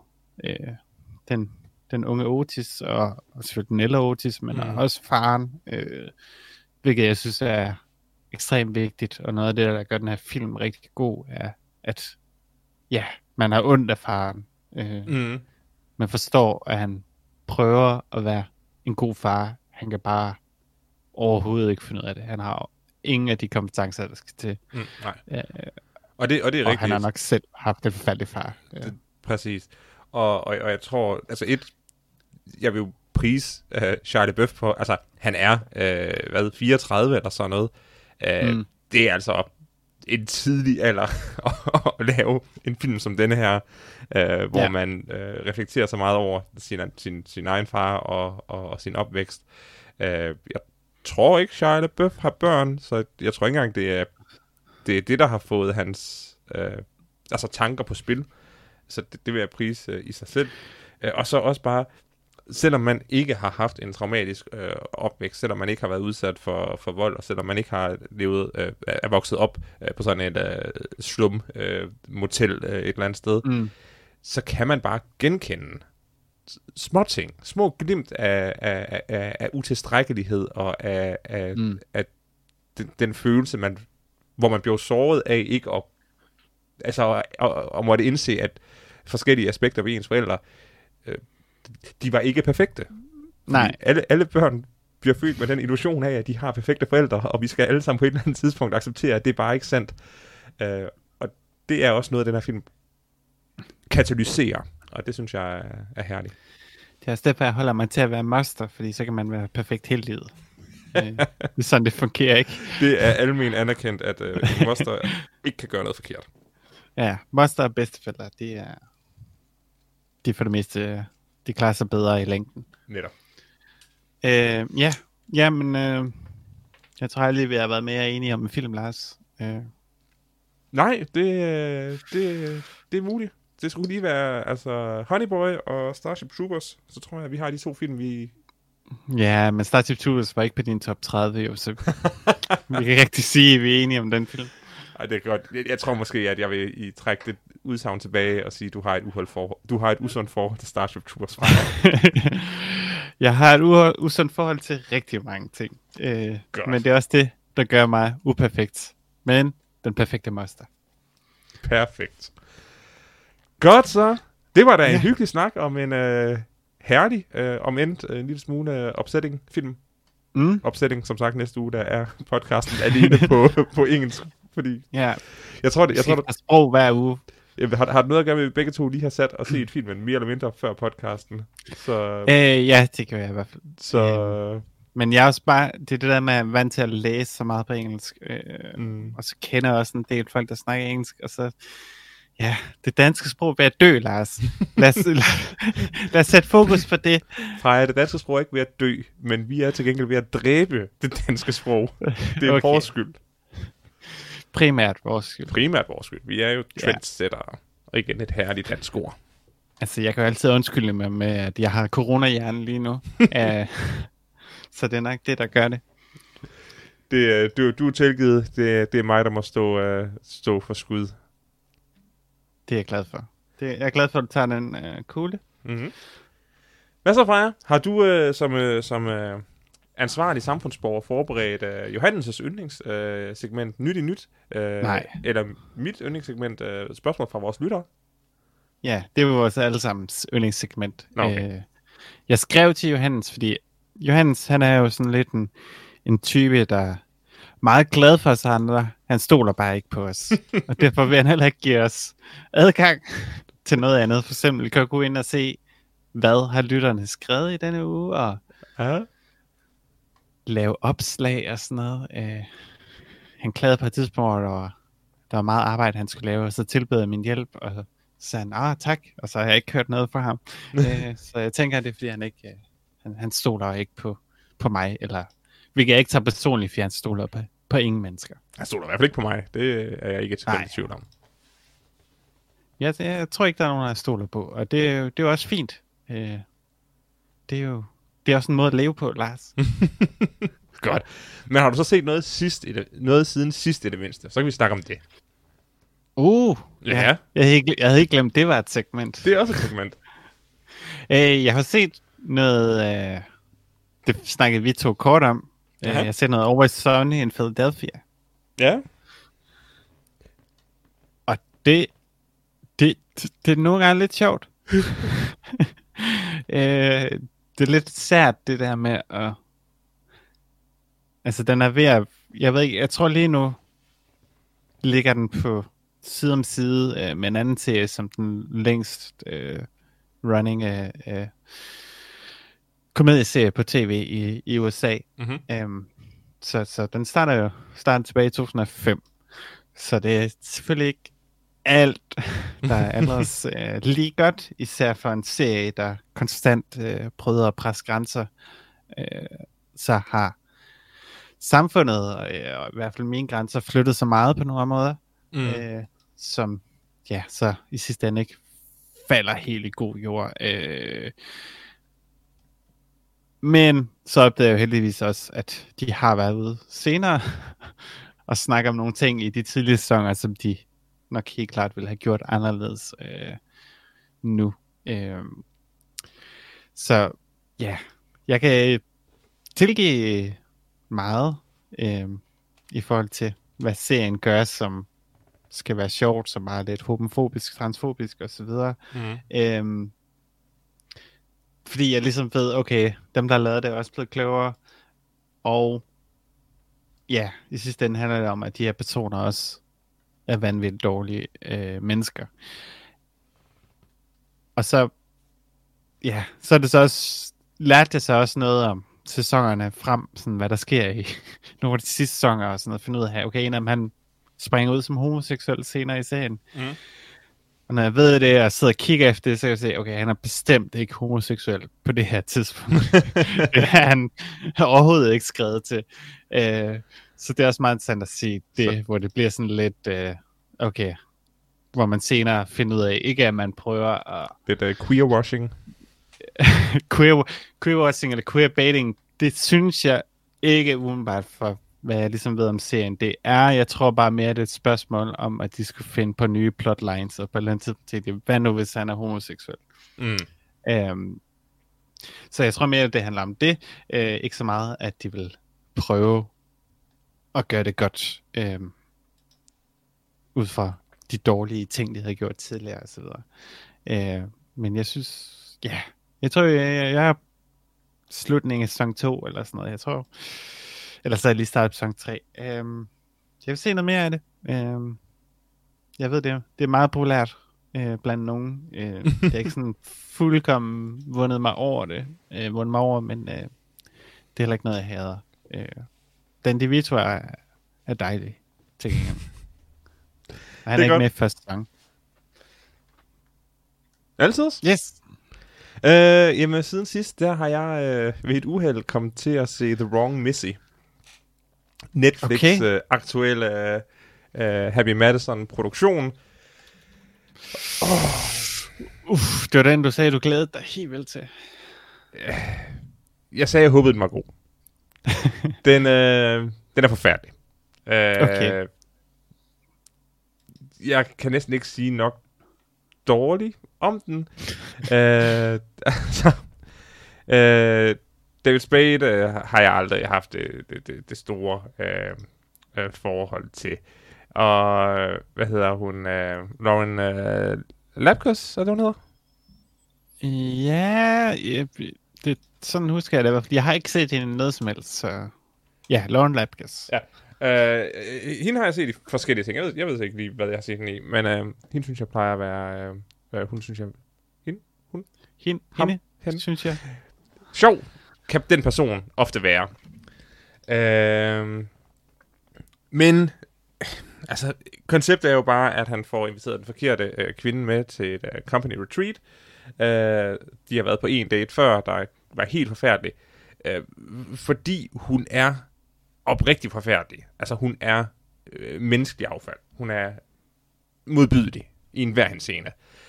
den unge Otis og selvfølgelig den ældre Otis, men også faren, hvilket jeg synes er ekstremt vigtigt, og noget af det, der gør den her film rigtig god, er, at man har ondt af faren. Man forstår, at han prøver at være en god far. Han kan bare overhovedet ikke finde ud af det. Han har ingen af de kompetencer, der skal til. Nej. Og det er rigtigt. Og han har nok selv haft en forfærdelig far. Præcis. Og jeg tror, altså jeg vil jo prise Shia LaBeouf på, altså han er, 34 eller sådan noget. Det er altså en tidlig alder at lave en film som denne her, hvor man reflekterer så meget over sin egen far og sin opvækst. Jeg tror ikke, Shia LaBeouf har børn, så jeg tror ikke engang, det er det, der har fået hans tanker på spil. Så det vil jeg prise i sig selv. Og så også bare, selvom man ikke har haft en traumatisk opvækst, selvom man ikke har været udsat for vold, og selvom man ikke har er vokset op på sådan et slum motel et eller andet sted, så kan man bare genkende små ting, små glimt af utilstrækkelighed og af den følelse, hvor man bliver såret af ikke og måtte indse, at forskellige aspekter ved ens forældre, de var ikke perfekte. Nej. Alle børn bliver født med den illusion af, at de har perfekte forældre, og vi skal alle sammen på et eller andet tidspunkt acceptere, at det er bare ikke sandt. Og det er også noget, den her film katalyserer, og det synes jeg er herligt. Det er også derfor, jeg holder mig til at være master, fordi så kan man være perfekt hele livet. Det er sådan, det fungerer ikke. Det er almen anerkendt, at moster ikke kan gøre noget forkert. Ja, moster og bedsteforældre, de er for det meste, de klarer sig bedre i længden. Netop. Men jeg tror aldrig, vi har været mere enige om en film, Lars. Nej, det er muligt. Det skulle lige være Honey Boy og Starship Troopers. Så tror jeg, at vi har de to film, vi... Ja, men Starship Troopers var ikke på din top 30, jo, så vi kan rigtig sige, at vi er enige om den film. Ej, det er godt. Jeg tror måske, at jeg vil trække det udsagn tilbage og sige, at du har et usundt forhold til Starship Troopers. Jeg har et usundt forhold til rigtig mange ting. Men det er også det, der gør mig uperfekt. Men den perfekte moster. Perfekt. Godt så. Det var da en hyggelig snak om en herlig, om end en lille smule upsetting film. Upsetting, som sagt, næste uge, der er podcasten alene på engelsk. Fordi jeg tror det sprog hver uge. Har det noget at gøre med, at vi begge to lige har sat og set filmen mere eller mindre før podcasten? Så... ja, det gør jeg i hvert fald. Så... Men jeg er også bare, det er det der med, at jeg er vant til at læse så meget på engelsk. Og så kender jeg også en del folk, der snakker engelsk. Og så, det danske sprog vil at dø, Lars. Lad os sætte fokus på det. Freja, det danske sprog er ikke ved at dø, men vi er til gengæld ved at dræbe det danske sprog. Det er vores skyld. Primært vores skyld. Vi er jo trendsettere. Og igen et herligt dansk ord. Altså, jeg kan jo altid undskylde mig med, at jeg har coronahjernen lige nu. Så det er nok det, der gør det. Du er tilgivet. Det er mig, der må stå for skud. Det er jeg glad for. Jeg er glad for, at du tager den kugle. Mm-hmm. Hvad så, Freja? Har du som ansvarlig samfundsborger forberedt Johannes' yndlingssegment Nyt i Nyt? Nej. Eller mit yndlingssegment spørgsmål fra vores lyttere? Ja, det var vores allesammens yndlingssegment. Okay. Jeg skrev til Johannes, fordi Johannes, han er jo sådan lidt en type, der er meget glad for os andre. Han stoler bare ikke på os. Og derfor vil han heller ikke give os adgang til noget andet. For eksempel kan jeg gå ind og se, hvad har lytterne skrevet i denne uge, og lave opslag og sådan noget. Han klagede på et tidspunkt, og der var meget arbejde, han skulle lave, og så tilbød jeg min hjælp, og så sagde han, tak, og så har jeg ikke hørt noget fra ham. Så jeg tænker, at det er, fordi han ikke, han stoler ikke på mig, eller hvilket jeg ikke tager personligt, fordi han stoler på ingen mennesker. Han stoler i hvert fald ikke på mig, det er jeg ikke et tvivl om. Jeg tror ikke, der er nogen, der stoler på, og det er jo også fint. Det er også en måde at leve på, Lars. Godt. Men har du så set noget siden sidst i det mindste? Så kan vi snakke om det. Ja. Jeg havde ikke glemt, det var et segment. Det er også et segment. Jeg har set noget, det snakkede vi to kort om. Jeg har set noget Always Sunny in Philadelphia. Ja. Og det er nogle gange lidt sjovt. Det er lidt sært, det der med at... Altså, den er ved at... Jeg ved ikke, jeg tror lige nu ligger den på side om side med en anden serie, som den længst running komedieserie på tv i USA. Mm-hmm. Så den startede tilbage i 2005. Så det er selvfølgelig ikke alt, der er ellers lige godt, især for en serie, der konstant prøvede at presse grænser. Så har samfundet, og i hvert fald mine grænser, flyttet så meget på nogle områder, som så i sidste ende ikke falder helt i god jord. Men så opdagede jeg jo heldigvis også, at de har været ude senere og snakke om nogle ting i de tidlige sæsoner, som de nok helt klart ville have gjort anderledes nu. Så ja, jeg kan tilgive meget i forhold til, hvad serien gør, som skal være sjovt, som er lidt homofobisk, transfobisk osv. Fordi jeg ligesom ved, okay, dem der har lavet det er også blevet klogere, og ja, i sidste ende handler det om, at de her personer også er vanvittigt dårlige mennesker. Og så så er det så også, lærte jeg så også noget om sæsonerne frem, sådan hvad der sker i nogle af de sidste sæsoner, og sådan noget, finde ud af, okay, en af dem, han springer ud som homoseksuel senere i serien. Og når jeg ved det, og sidder og kigger efter det, så kan jeg se, okay, han er bestemt ikke homoseksuel på det her tidspunkt. Det er han overhovedet ikke skrevet til. Så det er også meget interessant at se det, hvor det bliver sådan lidt, okay, hvor man senere finder ud af, ikke at man prøver at... Lidt queerwashing. Queerwashing eller queerbaiting, det synes jeg ikke umiddelbart for, hvad jeg ligesom ved om serien. Det er, jeg tror bare mere, det er et spørgsmål om, at de skulle finde på nye plotlines, og på et eller andet tidspunkt, hvad nu hvis han er homoseksuel? Så jeg tror mere, at det handler om det. Ikke så meget, at de vil prøve at gøre det godt, ud fra de dårlige ting, de havde gjort tidligere, og så videre. Men jeg synes, jeg tror, jeg er slutningen af sæson 2, eller sådan noget, jeg tror. Eller så er jeg lige startet på sæson 3. Jeg vil se noget mere af det. Jeg ved det. Det er meget populært blandt nogen. Det er ikke sådan fuldkommen vundet mig over, men det er heller ikke noget, jeg hader. Dan DeVito er dejlig til gengæld. Han er ikke med i første gang. Altid? Yes. Jamen, siden sidst, der har jeg ved et uheld kommet til at se The Wrong Missy. Netflix aktuelle Happy Madison-produktion. Det var den, du sagde, du glædede dig helt vildt til. Jeg sagde, jeg håbede, den var god. Den er forfærdelig. Okay. Jeg kan næsten ikke sige nok dårligt om den. David Spade har jeg aldrig haft det store forhold til. Og hvad hedder hun? Lauren Lapkus, er det hun hedder? Ja, det sådan husker jeg det, fordi jeg har ikke set hende noget som helst. Så ja, Lauren Lapkus. Ja. Hende har jeg set i forskellige ting. Jeg ved ikke lige, hvad jeg har set hende i, men hende synes jeg plejer at være... hun synes jeg... Hende, synes jeg. Sjov kan den person ofte være. Men altså, konceptet er jo bare, at han får inviteret den forkerte kvinde med til et company retreat. De har været på en date før, der var helt forfærdelig. Fordi hun er oprigtig forfærdelig. Altså, hun er menneskelig affald. Hun er modbydelig i enhver henseende.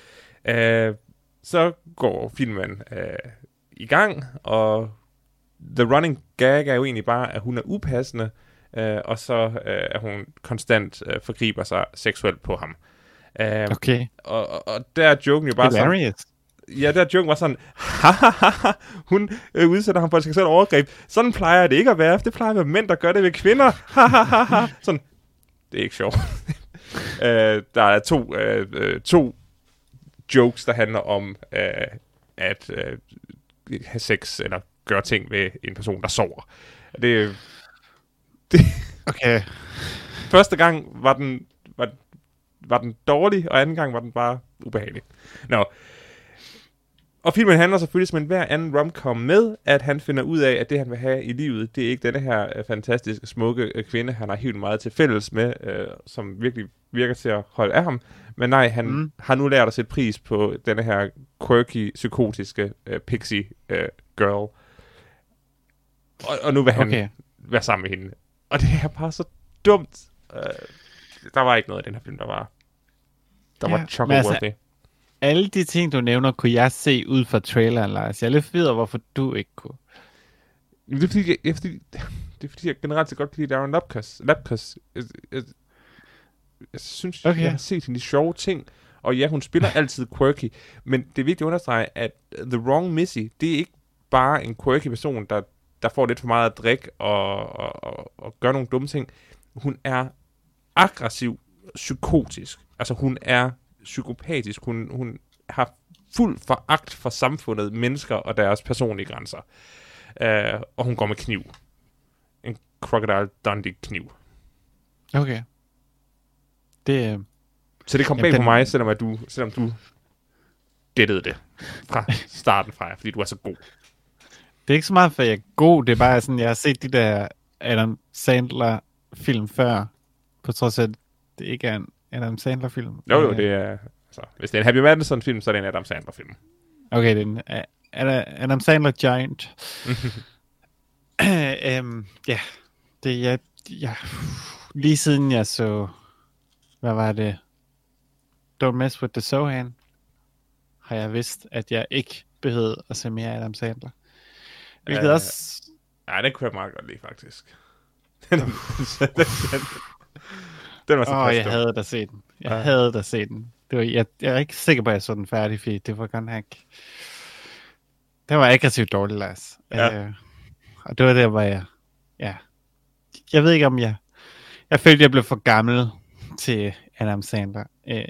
Så går filmen i gang, og the running gag er jo egentlig bare, at hun er upassende, og så er hun konstant forgriber sig seksuelt på ham. Okay. Og der er joken jo bare Hilarious. sådan... Ja, der joken var sådan... Hun udsætter ham for et seksuelt overgreb. Sådan plejer det ikke at være. Det plejer at være mænd, der gør det ved kvinder. Sådan. Det er ikke sjovt. Der er to jokes, der handler om at have sex eller gøre ting med en person, der sover. Det Okay. Første gang var den dårlig, og anden gang var den bare ubehagelig. Nå. Og filmen handler selvfølgelig som en hver anden romcom med, at han finder ud af, at det han vil have i livet, det er ikke denne her fantastiske, smukke kvinde, han har helt meget til fælles med, som virkelig virker til at holde af ham. Men nej, han har nu lært at sætte pris på denne her quirky, psykotiske pixie girl. Og nu vil han være sammen med hende. Og det er bare så dumt. Der var ikke noget i den her film, der var chuckle-worthy. Alle de ting, du nævner, kunne jeg se ud fra traileren, Lars. Jeg er lidt videre, hvorfor du ikke kunne. Det er fordi, jeg generelt så godt kan lide Darren Lapkus. Jeg synes, jeg har set hende i sjove ting. Og ja, hun spiller altid quirky. Men det er vigtigt at understrege, at The Wrong Missy, det er ikke bare en quirky person, der får lidt for meget at drikke og gør nogle dumme ting. Hun er aggressiv, psykotisk. Altså, hun er psykopatisk. Hun har fuld foragt for samfundet, mennesker og deres personlige grænser. Og hun går med kniv. En Crocodile Dundee-kniv. Okay. Så det kom bag på mig, selvom du gættede det fra starten fra jer, fordi du er så god. Det er ikke så meget, for jeg er god. Det er bare sådan, jeg har set de der Adam Sandler-film før, på trods af, at det ikke er en Adam Sandler-film. Jo, det er... Altså, hvis det er en Happy Madison-film, så er det en Adam Sandler-film. Okay, det er en Adam Sandler Giant. Ja, det er... Lige siden jeg så... Hvad var det? Don't Mess With The Sohan, har jeg vidst, at jeg ikke behøvede at se mere Adam Sandler. Hvilket også... Nej, det kunne jeg meget godt lide, faktisk. Den var så jeg havde da set den. Havde da set den. Det var, jeg er ikke sikker på, at jeg så den færdig, fordi det var godt nok... Det var aggressivt dårligt, Lars. Ja. Og det var der, hvor jeg... Ja. Jeg ved ikke, om jeg... Jeg følte, jeg blev for gammel til Adam Sandler.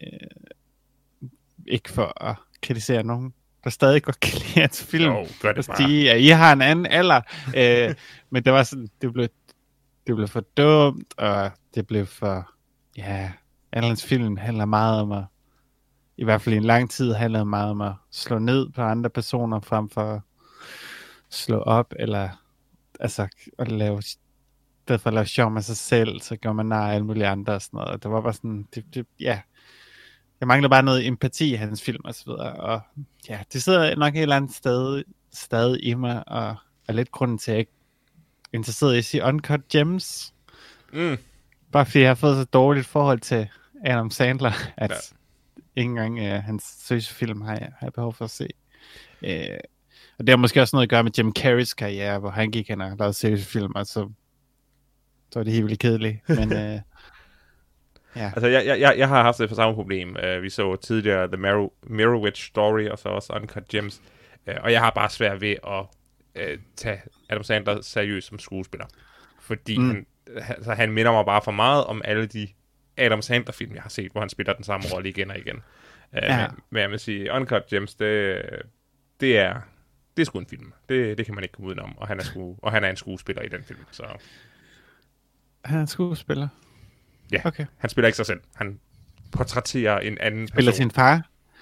Ikke for at kritisere nogen, der stadig godt kan lide hans film. Jo, gør det bare. I har en anden alder. Men det var sådan... Det blev for dumt, og det blev for... Ja, alle hans film handler meget om at... I hvert fald i en lang tid handler meget om at slå ned på andre personer, frem for at slå op, eller altså at lave... for at lave sjov med sig selv, så gør man nar alle mulige andre og sådan noget. Det var bare sådan... Ja. Jeg mangler bare noget empati i hans film og så videre. Og ja, det sidder nok et eller andet sted stadig i mig, og er lidt grunden til, at jeg ikke er interesseret i at sige Uncut Gems. Bare fordi jeg har fået så dårligt forhold til Adam Sandler, at ikke engang hans seriøse film har jeg behov for at se. Og det har måske også noget at gøre med Jim Carreys karriere, hvor han gik hen og lavede seriøse film, og så er det helt vildt kedeligt. Men ja. Altså, jeg har haft det for samme problem. Vi så tidligere The Mirrorwitch Story, og så også Uncut Gems. Og jeg har bare svært ved at tage Adam Sandler seriøst som skuespiller. Fordi han minder mig bare for meget om alle de Adam Sandler-film, jeg har set, hvor han spiller den samme rolle igen og igen. Men jeg vil sige, Uncut Gems, det er sgu en film. Det kan man ikke komme udenom. Og han er en skuespiller i den film. Så. Han er en skuespiller? Ja, okay. Han spiller ikke sig selv. Han portrætterer en anden spiller person. Sin far?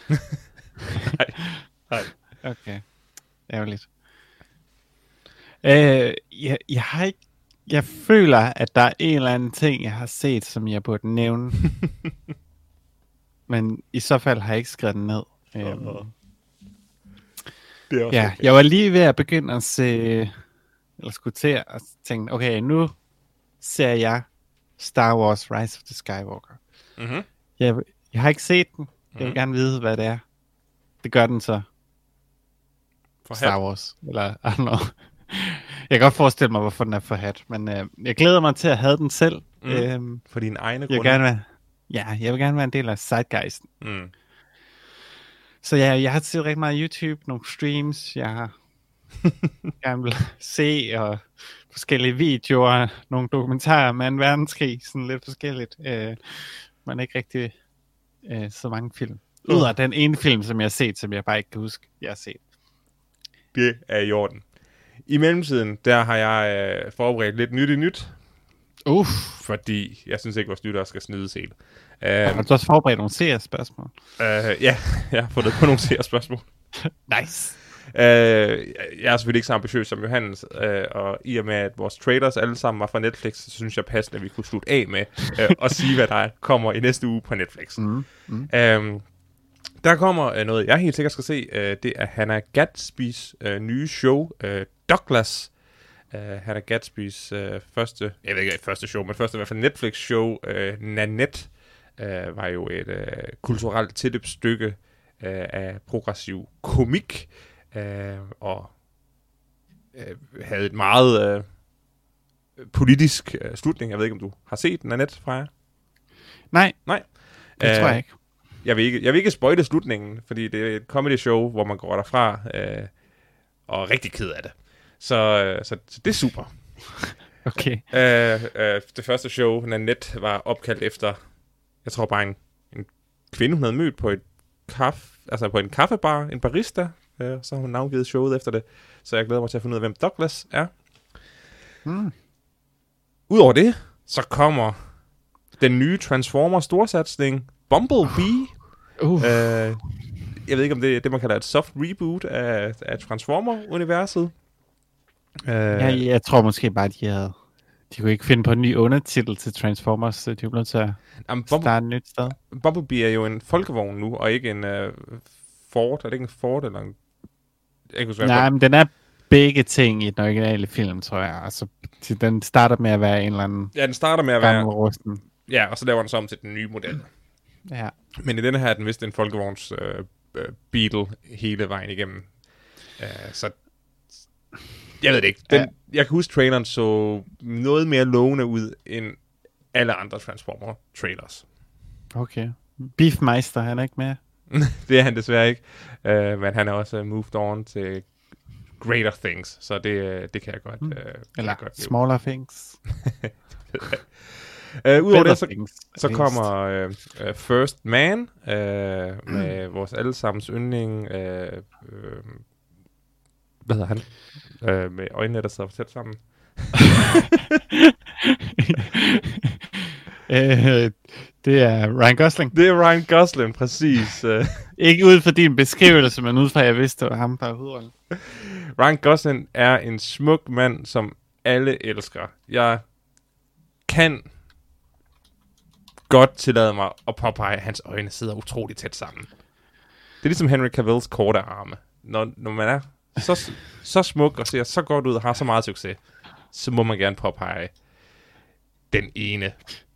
Nej. Okay. Ærgerligt. Jeg har ikke... Jeg føler, at der er en eller anden ting, jeg har set, som jeg burde nævne. Men i så fald har jeg ikke skrevet den ned. Det er også okay. Jeg var lige ved at begynde at se... Eller skulle til at tænke, okay, nu ser jeg Star Wars Rise of the Skywalker. Mm-hmm. Jeg har ikke set den. Jeg vil gerne vide, hvad det er. Det gør den så. For Star Wars. Eller, I don't know. Jeg kan godt forestille mig, hvorfor den er for hat. Men jeg glæder mig til at have den selv. For dine egne grunde. Ja, jeg vil gerne være en del af Zeitgeisten. Mm. Så ja, jeg har set rigtig meget YouTube, nogle streams, jeg har gerne vil se, og forskellige videoer, nogle dokumentarer med en verdenskrig, sådan lidt forskelligt. Men ikke rigtig så mange film. Udover den ene film, som jeg har set, som jeg bare ikke kan huske, jeg har set. Det er i orden. I mellemtiden, der har jeg forberedt lidt nyt. Fordi jeg synes ikke, vores lyttere skal snydes helt. Har du også forberedt nogle seerspørgsmål? Ja, jeg har fundet på nogle seerspørgsmål. Nice. Jeg er selvfølgelig ikke så ambitiøs som Johannes, og i og med, at vores trailers alle sammen var fra Netflix, så synes jeg passende, at vi kunne slutte af med at sige, hvad der kommer i næste uge på Netflix. Der kommer noget, jeg helt sikkert skal se. Det er Hannah Gadsbys nye show, Douglas. Hannah Gadsbys første, jeg ved ikke første show, men første i hvert fald Netflix show, Nanette, var jo et kulturelt tilløbsstykke af progressiv komik, og havde et meget politisk slutning. Jeg ved ikke, om du har set Nanette fra jer? Nej, det tror jeg ikke. Jeg vil ikke spoile slutningen, fordi det er et comedy show, hvor man går derfra og er rigtig ked af det. Så det er super. Okay. Det første show, Nanette, var opkaldt efter, jeg tror bare en kvinde, hun havde mødt på på en kaffebar, en barista, så har hun navngivet showet efter det. Så jeg glæder mig til at finde ud af, hvem Douglas er. Udover det, så kommer den nye Transformers storsatsning, Bumblebee. Jeg ved ikke, om det er det, man kalder et soft reboot af Transformer-universet. Jeg tror måske bare, de kunne ikke finde på en ny undertitel til Transformers, så de er nødt til at starte et nyt sted. Bumblebee er jo en folkevogn nu, og ikke en Ford. Er det ikke en Ford eller en... Nej, men den er begge ting i den originale film, tror jeg. Altså, den starter med at være en eller anden... Ja, den starter med at være... rusten. Ja, og så laver den så om til den nye model. Ja. Men i denne her er den vist en folkevogns Beetle hele vejen igennem. Så... Jeg ved det ikke. Jeg kan huske, traileren så noget mere lovende ud end alle andre Transformer-trailers. Okay. Beefmeister, han er ikke med? Det er han desværre ikke. Men han er også moved on til greater things, så det kan jeg godt. Eller godt smaller things. Udover det, så kommer First Man med vores allesammens yndling. Hvad hedder han? Med øjnene, der sidder tæt sammen. Det er Ryan Gosling. Det er Ryan Gosling, præcis. Ikke ud fra din beskrivelse, men ud fra, at jeg vidste, det var ham, der er hovedrollen. Ryan Gosling er en smuk mand, som alle elsker. Jeg kan godt tillade mig at påpege, at hans øjne sidder utroligt tæt sammen. Det er ligesom Henry Cavills korte arme. Når man er så smuk og ser så godt ud og har så meget succes, så må man gerne påpege den ene.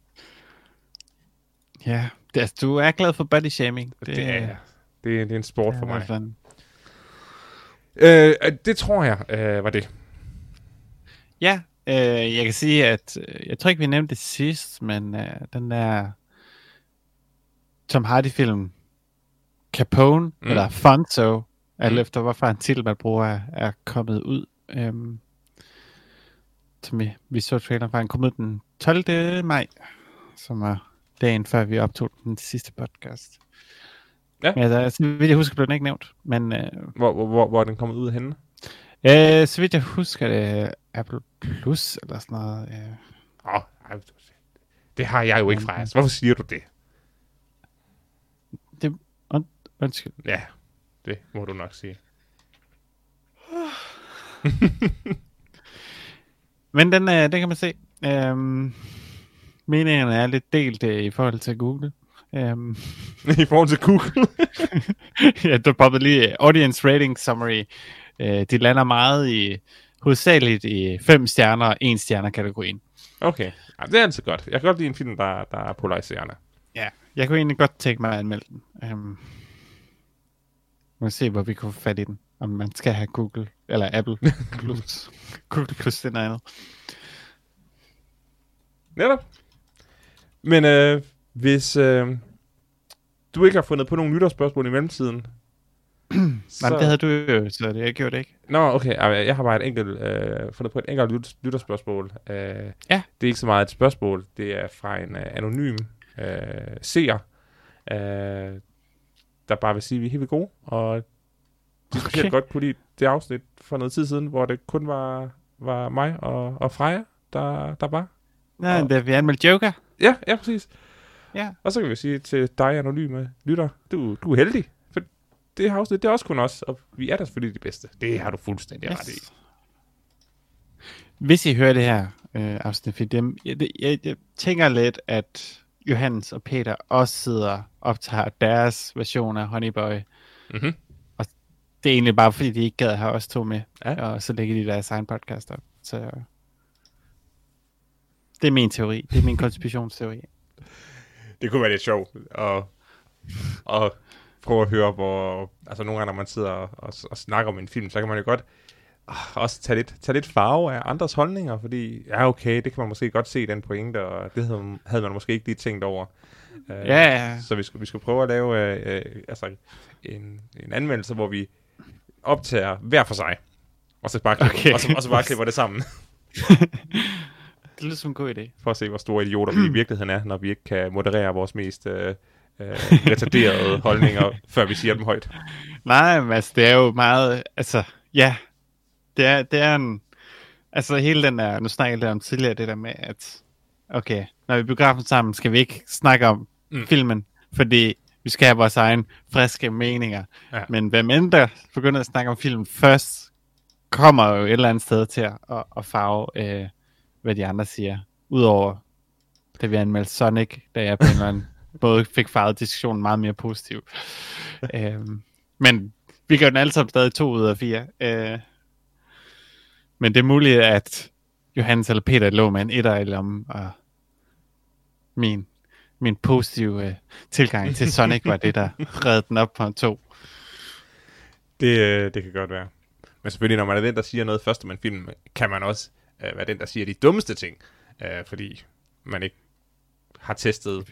Ja, du er glad for body shaming. Det er jeg. Det er en sport for mig. Sådan. Det tror jeg var det. Ja, jeg kan sige, at jeg tror ikke, vi nævnte det sidst, men den der Tom Hardy-film Capone, eller Fonzo, alt efter hvorfor en titel, man bruger, er kommet ud. Som vi så traileren fra, den kom ud den 12. maj, som var dagen før vi optog den sidste podcast. Ja. Men altså, så vidt jeg husker, blev den ikke nævnt. Men, hvor er den kommet ud henne? Så vidt jeg husker, det Apple Plus eller sådan noget. Det har jeg jo ikke fra. Hvorfor siger du det? Undskyld. Ja, det må du nok sige. Men den kan man se. Meningerne er lidt delt i forhold til Google. I forhold til Google? Ja, der poppede lige audience rating summary. De lander meget hovedsageligt i 5 stjerner og 1 stjerner kategorien. Okay, ja, det er altid godt. Jeg kan godt lide en film, der er polariserende. Ja, jeg kunne egentlig godt tænke mig at anmelde den. Må se, hvor vi kunne få fat i den. Om man skal have Google, eller Apple Plus. Google Plus, det er andet. Netop. Men Hvis du ikke har fundet på nogle lytterspørgsmål i mellemtiden, Nej, det havde du jo, så det jeg gjorde det ikke. Nå, okay. Jeg har bare fundet på et enkelt lytterspørgsmål. Ja. Det er ikke så meget et spørgsmål. Det er fra en anonym seer, der bare vil sige, at vi er helt vildt gode. Og de specielt godt kunne lide det afsnit for noget tid siden, hvor det kun var mig og Freja, der var. Ja, det er vi anmeldte Joker. Ja, præcis. Ja. Og så kan vi sige til dig, anonyme lytter, du er heldig. For det her afsnit, det er også kun os, og vi er da selvfølgelig de bedste. Det har du fuldstændig ret i. Hvis I hører det her afsnit, for dem, jeg tænker lidt, at Johannes og Peter også sidder og optager deres version af Honey Boy. Mm-hmm. Og det er egentlig bare, fordi de ikke gad have os to med. Ja. Og så lægger de deres egen podcast op. Så det er min teori. Det er min konspirationsteori. Det kunne være lidt sjovt at prøve at høre, hvor... Altså nogle gange, når man sidder og snakker om en film, så kan man jo godt også tage lidt farve af andres holdninger, fordi ja, okay, det kan man måske godt se den pointe, og det havde man måske ikke lige tænkt over. Ja. Så vi skulle prøve at lave en anmeldelse, hvor vi optager hver for sig, og så bare klipper det sammen. Det lyder som en god idé. For at se, hvor store idioter vi i virkeligheden er, når vi ikke kan moderere vores mest retarderede holdninger, før vi siger dem højt. Nej, men altså, det er jo meget... Altså, ja. Det er en... Altså, hele den der... Nu snakker jeg om tidligere, det der med, at... Okay, når vi biografen sammen, skal vi ikke snakke om filmen, fordi vi skal have vores egen friske meninger. Ja. Men hvem end der begynder at snakke om filmen først, kommer jo et eller andet sted til at farve... hvad de andre siger. Udover, da vi anmeldte Sonic, da jeg på en eller anden måde fik farvet diskussionen meget mere positiv. Men vi gør den alle sammen stadig 2 ud af 4. Men det er muligt, at Johannes eller Peter lå med en etter eller om, og min positive tilgang til Sonic var det, der redde den op på en 2. Det kan godt være. Men selvfølgelig, når man er den, der siger noget først om en film, kan man også være den, der siger de dummeste ting, fordi man ikke har testet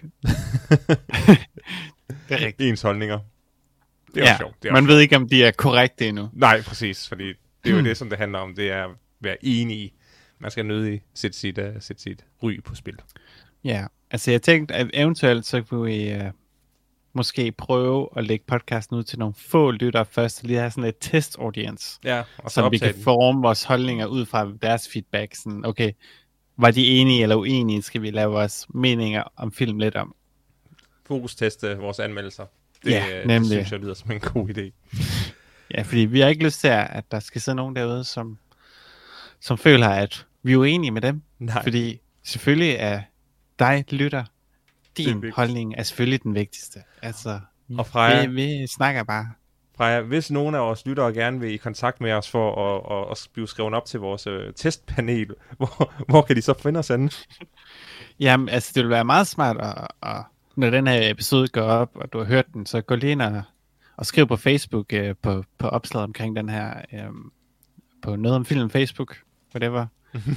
ens holdninger. Det er jo sjovt. Man ved ikke, om de er korrekte endnu. Nej, præcis, fordi det er jo det, som det handler om. Det er at være enig i. Man skal nødig sætte sit ry på spil. Ja, altså jeg tænkte, at eventuelt så kunne vi måske prøve at lægge podcasten ud til nogle få lyttere først, så lige have sådan et test-audience. Ja, og så vi kan forme vores holdninger ud fra deres feedback. Sådan, okay, var de enige eller uenige, skal vi lave vores meninger om film lidt om. Fokusteste vores anmeldelser. Det synes jeg lyder som en god idé. Ja, fordi vi har ikke lyst til, at der skal sidde nogen derude, som føler, at vi er uenige med dem. Nej. Fordi selvfølgelig er dig, lytter, din holdning er selvfølgelig den vigtigste. Altså, og Freja, vi snakker bare. Freja, hvis nogen af vores lyttere gerne vil i kontakt med os for at blive skrevet op til vores testpanel, hvor kan de så finde os henne? Jamen, altså det vil være meget smart, når den her episode går op, og du har hørt den, så gå lige ind og skriv på Facebook på opslaget omkring den her, på noget om film Facebook, whatever.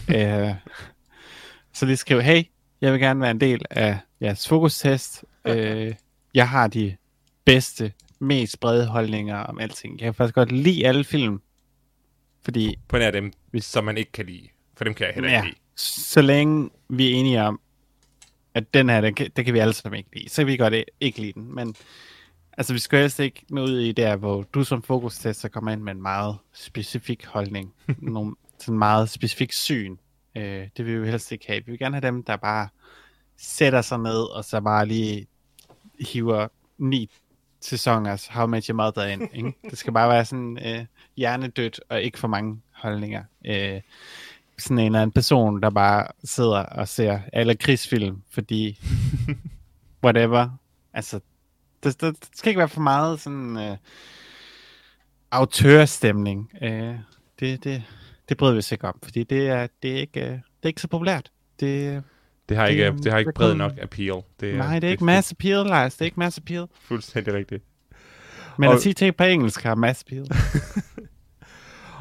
Så lige skriv, hey, jeg vil gerne være en del af jeres fokustest. Jeg har de bedste, mest brede holdninger om alting. Jeg kan faktisk godt lide alle film. Fordi... På nær dem, som man ikke kan lide. For dem kan jeg heller ikke lide. Så længe vi er enige om, at den her, det kan vi alle sammen ikke lide. Så kan vi godt ikke lide den. Men altså, vi skal helst ikke nå ud i der, hvor du som fokustester kommer ind med en meget specifik holdning. Nogle sådan meget specifik syn. Det vil vi jo helst ikke have. Vi vil gerne have dem, der bare sætter sig ned, og så bare lige hiver 9 sæsoners How I Met Your Mother ind. Ikke? Det skal bare være sådan hjernedødt, og ikke for mange holdninger. Sådan en eller anden person, der bare sidder og ser alle krigsfilm, fordi whatever. Altså, der skal ikke være for meget sådan autørstemning. Det bryder vi sig ikke om, fordi det er ikke så populært. Det har ikke bred nok appeal. Nej, det er ikke mass appeal, Lars. Det er ikke mass appeal. Fuldstændig rigtigt. Men at sige ting på engelsk har mass appeal.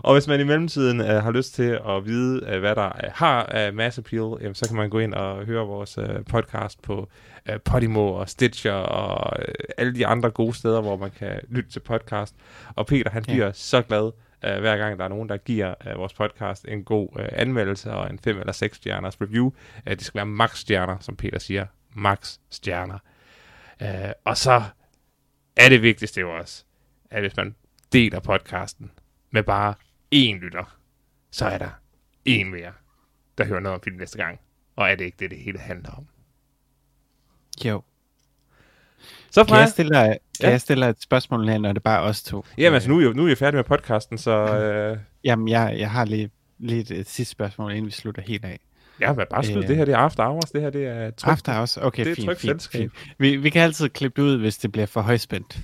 Og hvis man i mellemtiden har lyst til at vide, hvad der har af mass appeal, så kan man gå ind og høre vores podcast på Podimo og Stitcher og alle de andre gode steder, hvor man kan lytte til podcast. Og Peter, han bliver så glad, hver gang der er nogen, der giver vores podcast en god anmeldelse og en 5 eller 6 stjerners review. Det skal være max stjerner, som Peter siger. Max stjerner. Og så er det vigtigste jo også, at hvis man deler podcasten med bare én lytter, så er der én mere, der hører noget om film næste gang. Og er det ikke det hele handler om? Jo. Så kan jeg stille et spørgsmål her, når det er bare os to? Jamen altså, nu er vi færdige med podcasten, så... Jamen, jeg har lige et sidste spørgsmål, inden vi slutter helt af. Ja, men bare slut. Det her det er After Hours. Det her det er tryk. After Hours? Okay, det er fint. Vi kan altid klippe det ud, hvis det bliver for højspændt.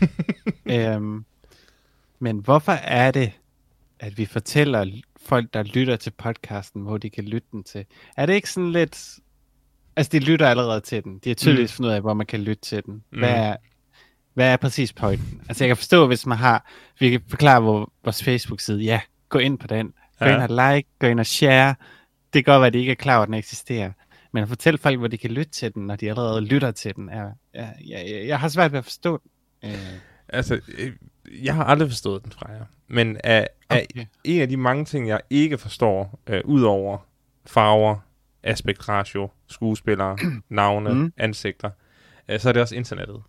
Men hvorfor er det, at vi fortæller folk, der lytter til podcasten, hvor de kan lytte den til? Er det ikke sådan lidt... Altså, de lytter allerede til den. De har tydeligvis fundet ud af, hvor man kan lytte til den. Hvad er præcis pointen? Altså, jeg kan forstå, hvis man har... Vi kan forklare vores Facebook-side. Ja, gå ind på den. Gå ind og like. Gå ind og share. Det kan godt være, at de ikke er klar over, at den eksisterer. Men at fortælle folk, hvor de kan lytte til den, når de allerede lytter til den, jeg har svært ved at forstå den. Altså, jeg har aldrig forstået den fra jer. Men en af de mange ting, jeg ikke forstår, ud over farver, aspektratio, skuespillere, navne, ansigter, så er det også internettet.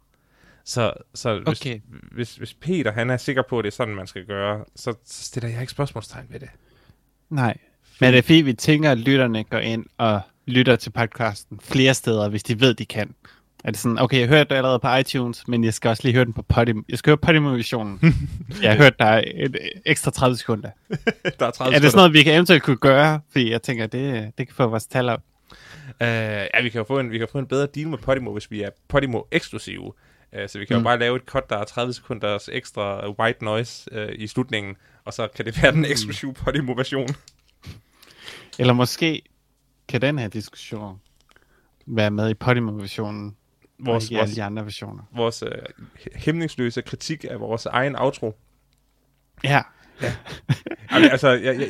Så hvis Peter han er sikker på, at det er sådan, man skal gøre, så stiller jeg ikke spørgsmålstegn ved det. Nej, men det er fordi, vi tænker, at lytterne går ind og lytter til podcasten flere steder, hvis de ved, de kan. Er det sådan, okay, jeg hørte det allerede på iTunes, men jeg skal også lige høre den på Podimo. Jeg skal høre Podimo-versionen. Jeg har hørt, der er et ekstra 30 sekunder. Der er 30 er det sådan noget, vi kan eventuelt kunne gøre? Fordi jeg tænker, det kan få vores tal op. Ja, vi kan få en bedre deal med Podimo, hvis vi er Podimo-eksklusive. Så vi kan jo bare lave et cut, der er 30 sekunders ekstra white noise i slutningen, og så kan det være den eksklusive Podimo-version. Eller måske kan den her diskussion være med i Podimo-versionen, og ikke alle de andre versioner. Vores hæmningsløse kritik af vores egen outro. Ja. Altså,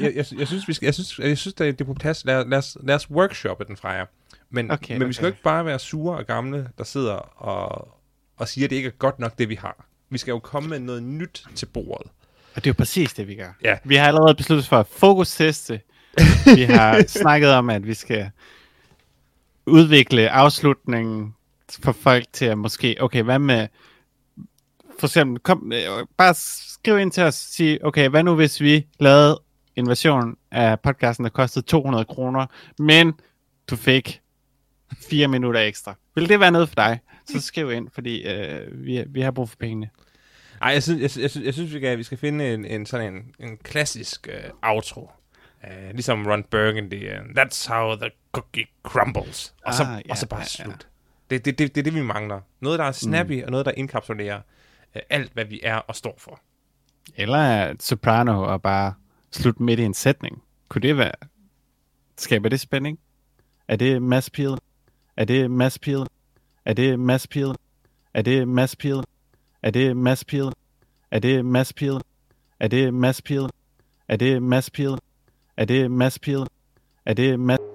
jeg synes, det er på plads. Lad os workshoppe den fra jer. Men vi skal jo ikke bare være sure og gamle, der sidder og siger, at det ikke er godt nok, det vi har. Vi skal jo komme med noget nyt til bordet. Og det er jo præcis det, vi gør. Ja. Vi har allerede besluttet for at fokusteste. Vi har snakket om, at vi skal udvikle afslutningen for folk til at måske, okay, hvad med, for eksempel, bare skriv ind til os og sige, okay, hvad nu hvis vi lavede en version af podcasten, der kostede 200 kroner, men du fik 4 minutter ekstra. Vil det være noget for dig? Så skriv ind, fordi vi har brug for pengene. Ej, jeg synes vi skal finde en klassisk outro. Ligesom Ron Burgundy, that's how the cookie crumbles. Og så bare slut. Det er det, vi mangler. Noget, der er snappy, og noget, der indkapsulerer alt, hvad vi er og står for. Eller Soprano og bare slut midt i en sætning. Kunne det være? Skaber det spænding? Er det mass appeal? Er det mass appeal? Er det mass appeal? Er det mass appeal? Er det mass appeal? Er det mass appeal? Er det mass appeal? Er det mass appeal? Er det mass appeal? Er det mass